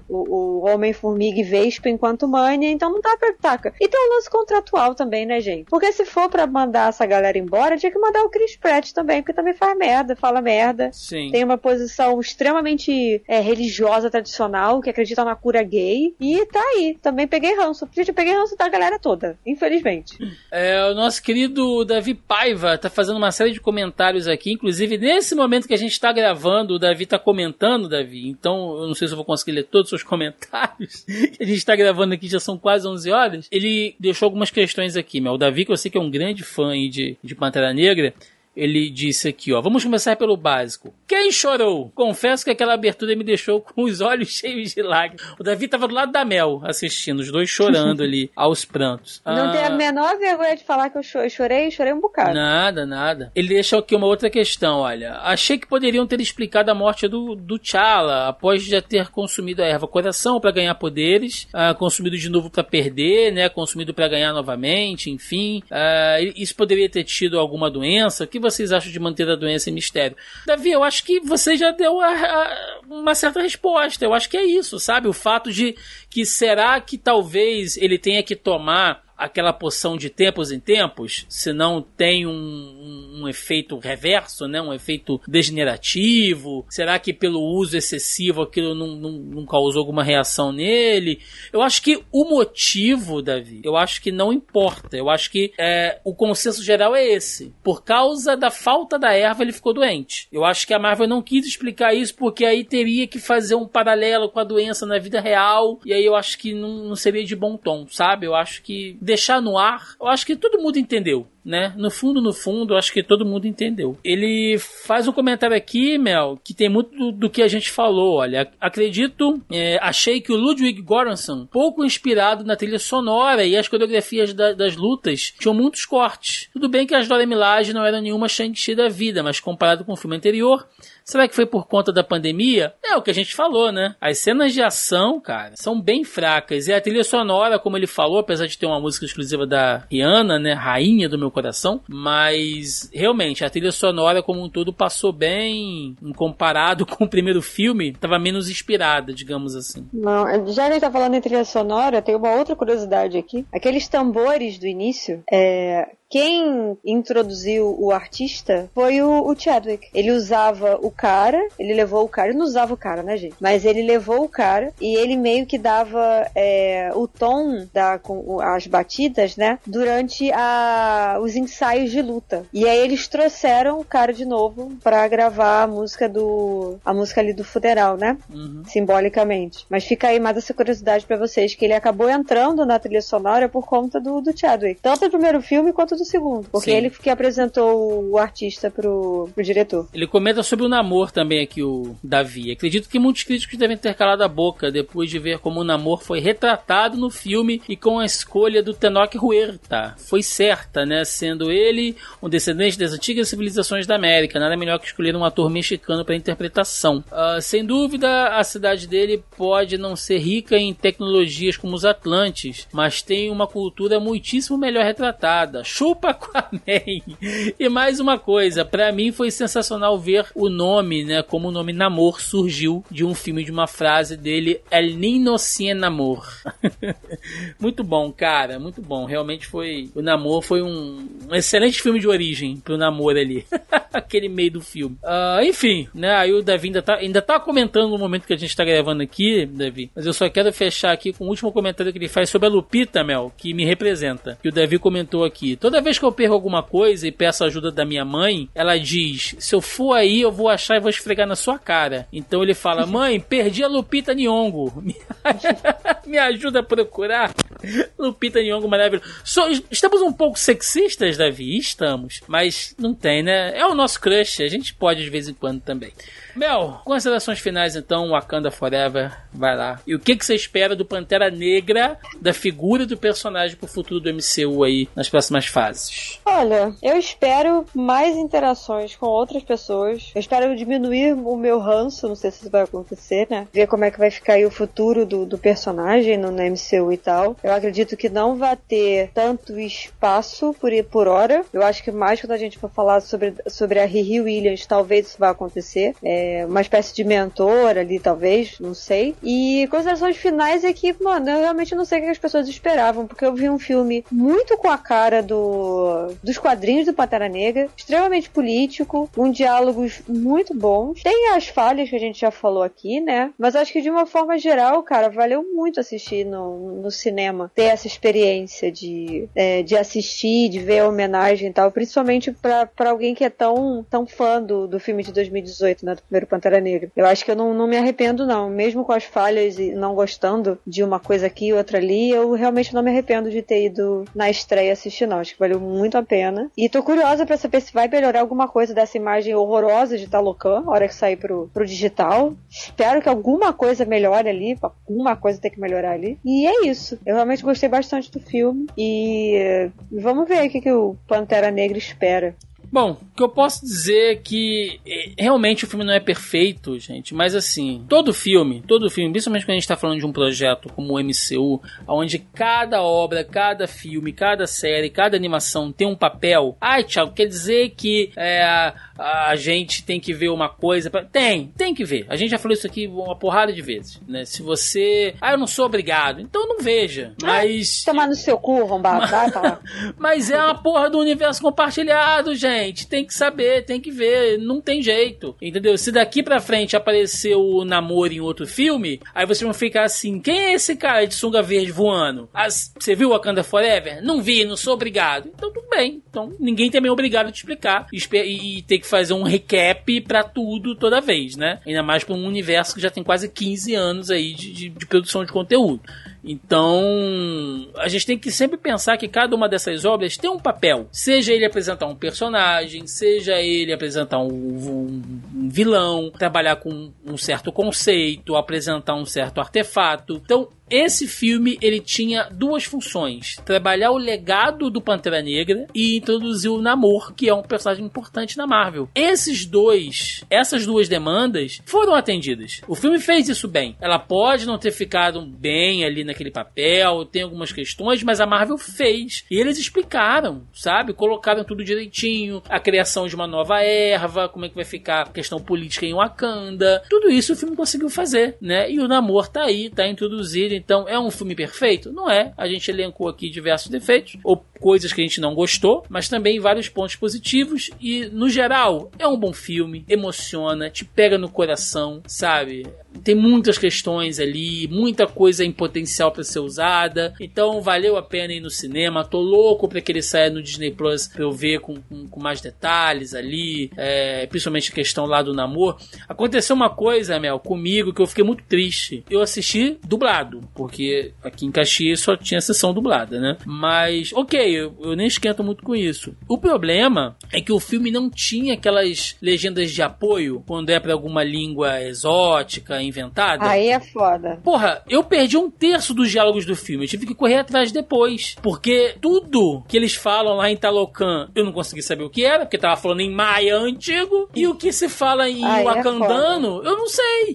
o Homem-Formiga e Vespa enquanto Mania, então não dá pra taca. E tem um lance contratual também, né, gente? Porque se for pra mandar essa galera embora, tinha que mandar o Chris Pratt também, porque também faz merda, fala merda. Sim. Tem uma posição extremamente religiosa, tradicional, que acredita na cura gay, e tá aí, também peguei ranço. Gente, eu peguei ranço da galera toda, infelizmente. O nosso querido Davi Paiva tá fazendo uma série de comentários aqui, inclusive nesse momento que a gente tá gravando, o Davi tá comentando, Davi, então eu não sei se eu vou conseguir ler todos os seus comentários, que a gente tá gravando aqui, já são quase 11 horas, ele deixou algumas questões aqui, o Davi, que eu sei que é um grande fã aí de Pantera Negra, ele disse aqui, vamos começar pelo básico. Quem chorou? Confesso que aquela abertura me deixou com os olhos cheios de lágrimas. O Davi tava do lado da Mel, assistindo, os dois chorando ali, aos prantos. Não tem a menor vergonha de falar que eu chorei um bocado. Nada. Ele deixou aqui uma outra questão, olha. Achei que poderiam ter explicado a morte do T'Challa, após já ter consumido a erva coração para ganhar poderes, consumido de novo para perder, né, consumido para ganhar novamente, enfim. Isso poderia ter tido alguma doença. O que vocês acham de manter a doença em mistério? Davi, eu acho que você já deu uma certa resposta. Eu acho que é isso, sabe? O fato de que será que talvez ele tenha que tomar aquela poção de tempos em tempos, se não tem um efeito reverso, né? Um efeito degenerativo? Será que pelo uso excessivo aquilo não causou alguma reação nele? Eu acho que o motivo, Davi, eu acho que não importa. Eu acho que o consenso geral é esse. Por causa da falta da erva, ele ficou doente. Eu acho que a Marvel não quis explicar isso, porque aí teria que fazer um paralelo com a doença na vida real, e aí eu acho que não seria de bom tom, sabe? Eu acho que deixar no ar, eu acho que todo mundo entendeu, né? No fundo, acho que todo mundo entendeu. Ele faz um comentário aqui, Mel, que tem muito do que a gente falou. Olha, acredito, achei que o Ludwig Göransson, pouco inspirado na trilha sonora e as coreografias das lutas, tinham muitos cortes. Tudo bem que as Dora Milaje não eram nenhuma Shang-Chi da vida, mas comparado com o filme anterior, será que foi por conta da pandemia? É o que a gente falou, né? As cenas de ação, cara, são bem fracas. E a trilha sonora, como ele falou, apesar de ter uma música exclusiva da Rihanna, né? Rainha do meu coração. Mas, realmente, a trilha sonora como um todo passou bem, comparado com o primeiro filme, estava menos inspirada, digamos assim. Não, já que a gente tá falando em trilha sonora, tem uma outra curiosidade aqui. Aqueles tambores do início, quem introduziu o artista foi o Chadwick. Ele usava o cara, ele levou o cara, ele não usava o cara, né, gente? Mas ele levou o cara e ele meio que dava o tom com as batidas, né, durante os ensaios de luta. E aí eles trouxeram o cara de novo pra gravar a música ali do funeral, né? Uhum. Simbolicamente. Mas fica aí mais essa curiosidade pra vocês, que ele acabou entrando na trilha sonora por conta do Chadwick. Tanto do primeiro filme quanto do segundo. Porque ele que apresentou o artista pro diretor. Ele comenta sobre o Namor também aqui, o Davi. Acredito que muitos críticos devem ter calado a boca depois de ver como o Namor foi retratado no filme e com a escolha do Tenoch Huerta. Foi certa, né? Sendo ele um descendente das antigas civilizações da América. Nada melhor que escolher um ator mexicano para interpretação. Sem dúvida, a cidade dele pode não ser rica em tecnologias como os Atlantes, mas tem uma cultura muitíssimo melhor retratada. Chupa Aquaman! E mais uma coisa, pra mim foi sensacional ver o nome, né, como o nome Namor surgiu de um filme, de uma frase dele, El Niño Sin Namor. Muito bom, cara, muito bom. Realmente o Namor foi um excelente filme de origem pro Namor ali. Aquele meio do filme. Enfim, né, aí o Davi ainda tá comentando no momento que a gente tá gravando aqui, Davi, mas eu só quero fechar aqui com o último comentário que ele faz sobre a Lupita, Mel, que me representa, que o Davi comentou aqui. Toda vez que eu perco alguma coisa e peço ajuda da minha mãe, ela diz, se eu for aí, eu vou achar e vou esfregar na sua cara. Então ele fala, mãe, perdi a Lupita Nyong'o. Me ajuda a procurar. Lupita Nyong'o maravilhoso. Estamos um pouco sexistas, Davi? Estamos. Mas não tem, né? É o nosso crush. A gente pode de vez em quando também. Mel, considerações finais então, Wakanda Forever, vai lá. E o que você espera do Pantera Negra, da figura do personagem pro futuro do MCU aí, nas próximas fases? Olha, eu espero mais interações com outras pessoas. Eu espero diminuir o meu ranço, não sei se isso vai acontecer, né? Ver como é que vai ficar aí o futuro do personagem no MCU e tal. Eu acredito que não vai ter tanto espaço por hora. Eu acho que mais quando a gente for falar sobre a Riri Williams, talvez isso vá acontecer. Uma espécie de mentor ali, talvez, não sei. E considerações finais é que, mano, eu realmente não sei o que as pessoas esperavam, porque eu vi um filme muito com a cara dos quadrinhos do Pantera Negra, extremamente político, com diálogos muito bons. Tem as falhas que a gente já falou aqui, né? Mas acho que de uma forma geral, cara, valeu muito assistir no cinema, ter essa experiência de assistir, de ver a homenagem e tal, principalmente pra alguém que é tão fã do filme de 2018, né? Do primeiro Pantera Negra. Eu acho que eu não me arrependo, não. Mesmo com as falhas e não gostando de uma coisa aqui e outra ali, eu realmente não me arrependo de ter ido na estreia assistir, não. Acho que valeu muito a pena. E tô curiosa pra saber se vai melhorar alguma coisa dessa imagem horrorosa de Talocan, na hora que sair pro digital. Espero que alguma coisa melhore ali, alguma coisa tem que melhorar ali. E é isso. Eu realmente gostei bastante do filme. E vamos ver o que o Pantera Negra espera. Bom, o que eu posso dizer é que realmente o filme não é perfeito, gente, mas assim, todo filme, principalmente quando a gente tá falando de um projeto como o MCU, onde cada obra, cada filme, cada série, cada animação tem um papel. Ai, Thiago, quer dizer que a gente tem que ver uma coisa... Tem que ver. A gente já falou isso aqui uma porrada de vezes, né? Se você... eu não sou obrigado, então não veja, mas... Tomar no seu cu, arrombado, tá? Mas é uma porra do universo compartilhado, gente. Tem que saber, tem que ver, não tem jeito, entendeu? Se daqui pra frente aparecer o Namor em outro filme, aí vocês vão ficar assim, quem é esse cara de sunga verde voando? Você viu Wakanda Forever? Não vi, não sou obrigado. Então tudo bem, então ninguém também é obrigado a te explicar e ter que fazer um recap pra tudo toda vez, né? Ainda mais pra um universo que já tem quase 15 anos aí de produção de conteúdo. Então, a gente tem que sempre pensar que cada uma dessas obras tem um papel. Seja ele apresentar um personagem, seja ele apresentar um vilão, trabalhar com um certo conceito, apresentar um certo artefato. Então, esse filme, ele tinha duas funções. Trabalhar o legado do Pantera Negra e introduzir o Namor, que é um personagem importante na Marvel. Essas duas demandas foram atendidas. O filme fez isso bem. Ela pode não ter ficado bem ali naquele papel, tem algumas questões, mas a Marvel fez. E eles explicaram, sabe? Colocaram tudo direitinho, a criação de uma nova erva, como é que vai ficar a questão política em Wakanda. Tudo isso o filme conseguiu fazer, né? E o Namor tá aí, tá introduzido. Então, é um filme perfeito? Não é. A gente elencou aqui diversos defeitos, ou coisas que a gente não gostou, mas também vários pontos positivos. E, no geral, é um bom filme, emociona, te pega no coração, sabe? Tem muitas questões ali, muita coisa em potencial para ser usada. Então, valeu a pena ir no cinema. Tô louco para que ele saia no Disney Plus pra eu ver com mais detalhes ali, principalmente a questão lá do Namor. Aconteceu uma coisa, Mel, comigo, que eu fiquei muito triste. Eu assisti dublado, porque aqui em Caxias só tinha sessão dublada, né? Mas, ok, eu nem esquento muito com isso. O problema é que o filme não tinha aquelas legendas de apoio, quando é pra alguma língua exótica, inventada. Aí é foda. Porra, eu perdi 1/3 dos diálogos do filme. Eu tive que correr atrás depois. Porque tudo que eles falam lá em Talocan, eu não consegui saber o que era, porque tava falando em maia antigo. E o que se fala em wakandano, eu não sei.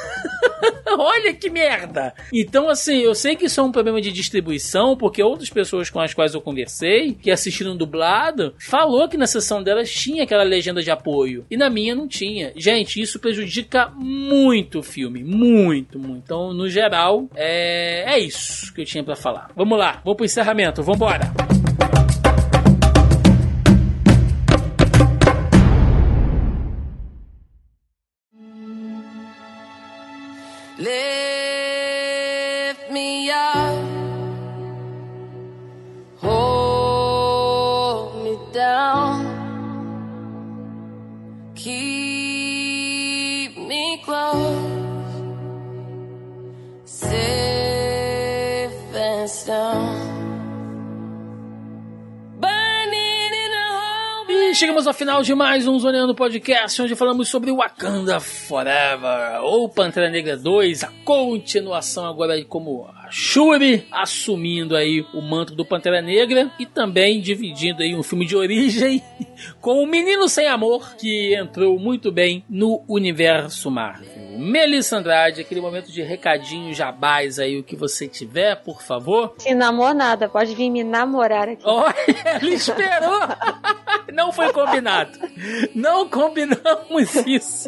Olha que merda. Então, assim, eu sei que isso é um problema de distribuição, porque outras pessoas com as quais eu conversei, que assistiram dublado, falou que na sessão delas tinha aquela legenda de apoio. E na minha não tinha. Gente, isso prejudica muito o filme. Muito, muito. Então, no geral, é isso que eu tinha pra falar. Vamos lá, vamos pro encerramento. Vambora. Lift me up, hold me down, keep me close, safe and sound. E chegamos ao final de mais um Zoneando Podcast, onde falamos sobre Wakanda Forever, ou Pantera Negra 2, a continuação agora aí como a Shuri, assumindo aí o manto do Pantera Negra e também dividindo aí um filme de origem com o Menino Sem Amor, que entrou muito bem no universo Marvel. Melissa Andrade, aquele momento de recadinho, jabás aí, o que você tiver, por favor. Se namor nada, pode vir me namorar aqui. Olha, ele esperou. Não foi combinado. Não combinamos isso.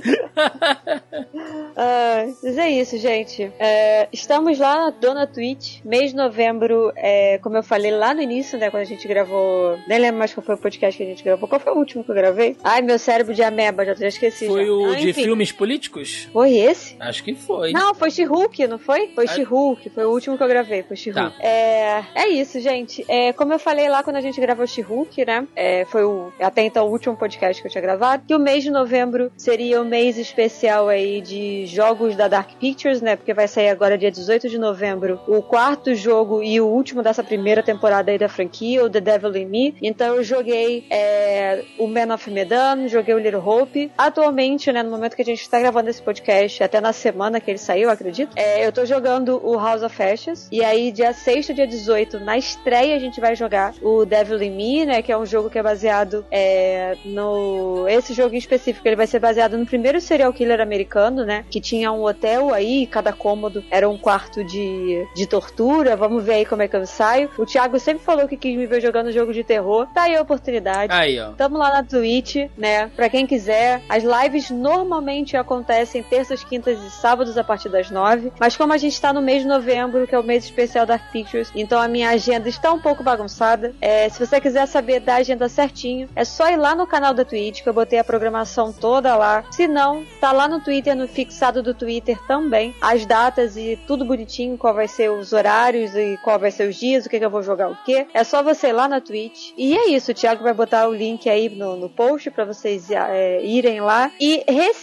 Mas é isso, gente. Estamos lá na Dona Twitch. Mês de novembro, como eu falei lá no início, né, quando a gente gravou... Nem lembro mais qual foi o podcast que a gente gravou. Qual foi o último que eu gravei? Ai, meu cérebro de ameba, já esqueci. Foi já. o de enfim. filmes políticos? Foi esse? Acho que foi. Não, foi She-Hulk, não foi? Foi She-Hulk, foi o último que eu gravei, foi She-Hulk. Tá. É isso, gente. Como eu falei lá quando a gente gravou She-Hulk, né? Foi até então o último podcast que eu tinha gravado. Que o mês de novembro seria o mês especial aí de jogos da Dark Pictures, né? Porque vai sair agora dia 18 de novembro o 4º jogo e o último dessa primeira temporada aí da franquia, o The Devil in Me. Então eu joguei o Man of Medan, joguei o Little Hope. Atualmente, né, no momento que a gente está gravando esse podcast, até na semana que ele saiu, acredito, eu tô jogando o House of Ashes, e aí dia 6 e dia 18, na estreia, a gente vai jogar o Devil in Me, né, que é um jogo que é baseado esse jogo em específico, ele vai ser baseado no primeiro serial killer americano, né, que tinha um hotel aí, e cada cômodo era um quarto de tortura. Vamos ver aí como é que eu saio. O Thiago sempre falou que quis me ver jogando jogo de terror, tá aí a oportunidade. Aí, ó. Tamo lá na Twitch, né, pra quem quiser. As lives normalmente acontecem terças, quintas e sábados a partir das 9, mas como a gente tá no mês de novembro, que é o mês especial da Dark Pictures, então a minha agenda está um pouco bagunçada. Se você quiser saber da agenda certinho, é só ir lá no canal da Twitch, que eu botei a programação toda lá. Se não, tá lá no Twitter, no Fix fixado do Twitter também as datas e tudo bonitinho, qual vai ser os horários e qual vai ser os dias, o que eu vou jogar o quê. É só você ir lá na Twitch. E é isso, o Thiago vai botar o link aí no post pra vocês irem lá. E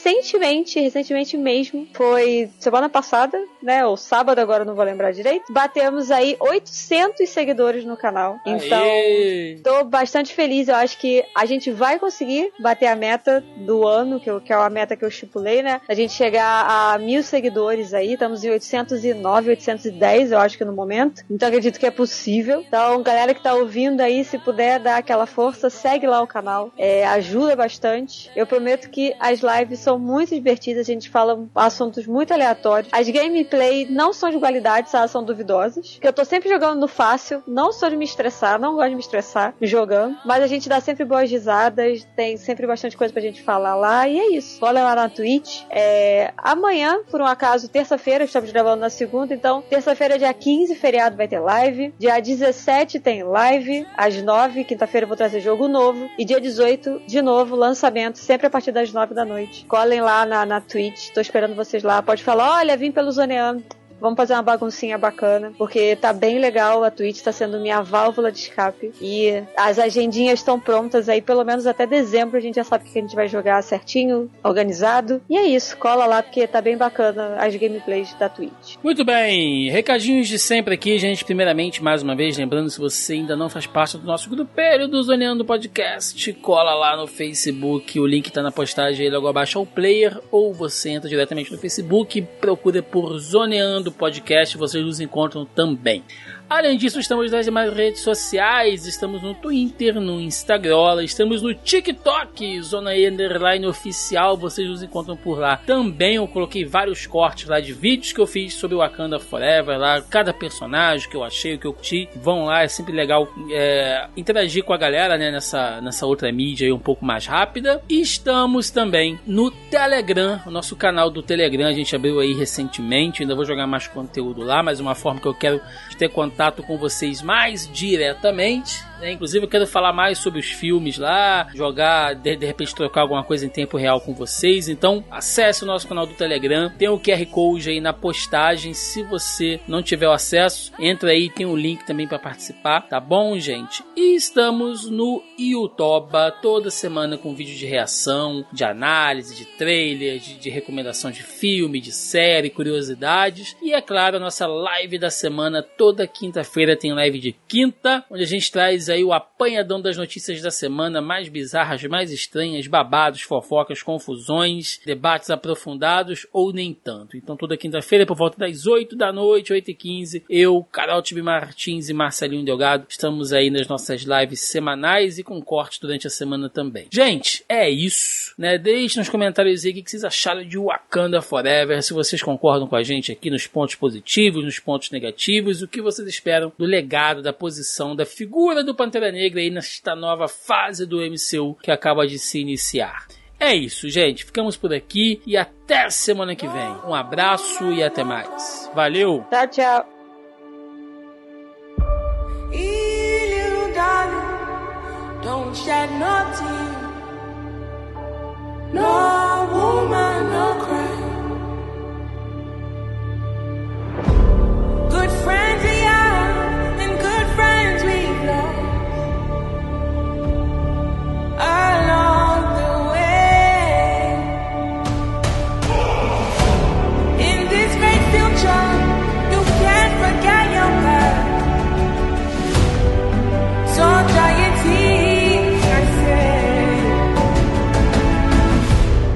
recentemente mesmo, foi semana passada, né, ou sábado, agora não vou lembrar direito, batemos aí 800 seguidores no canal. Então, tô bastante feliz. Eu acho que a gente vai conseguir bater a meta do ano, que é a meta que eu estipulei, né? A gente chegar a 1000 seguidores aí. Estamos em 809, 810, eu acho que no momento. Então, acredito que é possível. Então, galera que tá ouvindo aí, se puder dar aquela força, segue lá o canal. Ajuda bastante. Eu prometo que as lives são muito divertidas. A gente fala assuntos muito aleatórios. As gameplay não são de qualidade, elas são duvidosas. Porque eu tô sempre jogando no fácil. Não sou de me estressar, não gosto de me estressar jogando. Mas a gente dá sempre boas risadas. Tem sempre bastante coisa pra gente falar lá. E é isso. Olha lá na Twitch. Amanhã, por um acaso, terça-feira, estamos gravando na segunda. Então, terça-feira, dia 15, feriado, vai ter live. Dia 17 tem live, às 9. Quinta-feira eu vou trazer jogo novo. E dia 18, de novo, lançamento, sempre a partir das 9 da noite. Colhem lá na Twitch. Tô esperando vocês lá. Pode falar, olha, vim pelo Zoneando. Vamos fazer uma baguncinha bacana, porque tá bem legal, a Twitch tá sendo minha válvula de escape. E as agendinhas estão prontas aí, pelo menos até dezembro a gente já sabe o que a gente vai jogar certinho, organizado. E é isso, cola lá porque tá bem bacana as gameplays da Twitch. Muito bem, recadinhos de sempre aqui, gente. Primeiramente, mais uma vez, lembrando, se você ainda não faz parte do nosso grupelho do Zoneando Podcast, cola lá no Facebook, o link tá na postagem aí logo abaixo ao player, ou você entra diretamente no Facebook, procura por Zoneando Podcast, vocês nos encontram também. Além disso, estamos nas demais redes sociais, estamos no Twitter, no Instagram, estamos no TikTok, Zona E _ oficial, vocês nos encontram por lá. Também eu coloquei vários cortes lá de vídeos que eu fiz sobre o Wakanda Forever, lá, cada personagem que eu achei, o que eu curti. Vão lá, é sempre legal interagir com a galera, né, nessa outra mídia aí um pouco mais rápida. E estamos também no Telegram, o nosso canal do Telegram, a gente abriu aí recentemente, ainda vou jogar mais conteúdo lá, mas uma forma que eu quero ter contato com vocês mais diretamente, né? Inclusive eu quero falar mais sobre os filmes lá, jogar, de repente trocar alguma coisa em tempo real com vocês. Então acesse o nosso canal do Telegram, tem o QR Code aí na postagem. Se você não tiver o acesso, entra aí, tem o link também para participar, tá bom, gente? E estamos no YouTube toda semana com vídeo de reação, de análise, de trailer, de recomendação de filme, de série, curiosidades. E é claro, a nossa live da semana, toda quinta-feira tem live de quinta, onde a gente traz aí o apanhadão das notícias da semana, mais bizarras, mais estranhas, babados, fofocas, confusões, debates aprofundados ou nem tanto. Então toda quinta-feira, por volta das 8 da noite, 8h15, eu, Carol Tibi Martins e Marcelinho Delgado, estamos aí nas nossas lives semanais e com cortes durante a semana também. Gente, é isso, né? Deixe nos comentários aí o que vocês acharam de Wakanda Forever, se vocês concordam com a gente aqui nos pontos positivos, nos pontos negativos, o que vocês esperam do legado, da posição, da figura do Pantera Negra aí nesta nova fase do MCU que acaba de se iniciar. É isso, gente. Ficamos por aqui e até semana que vem. Um abraço e até mais. Valeu! Tchau, tchau! Don't shed no tear, no woman, no cry. Good friends we have, and good friends we've lost along the way. In this great future, you can't forget your past. So dry your tears, I say.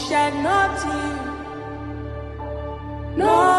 shed no tear. No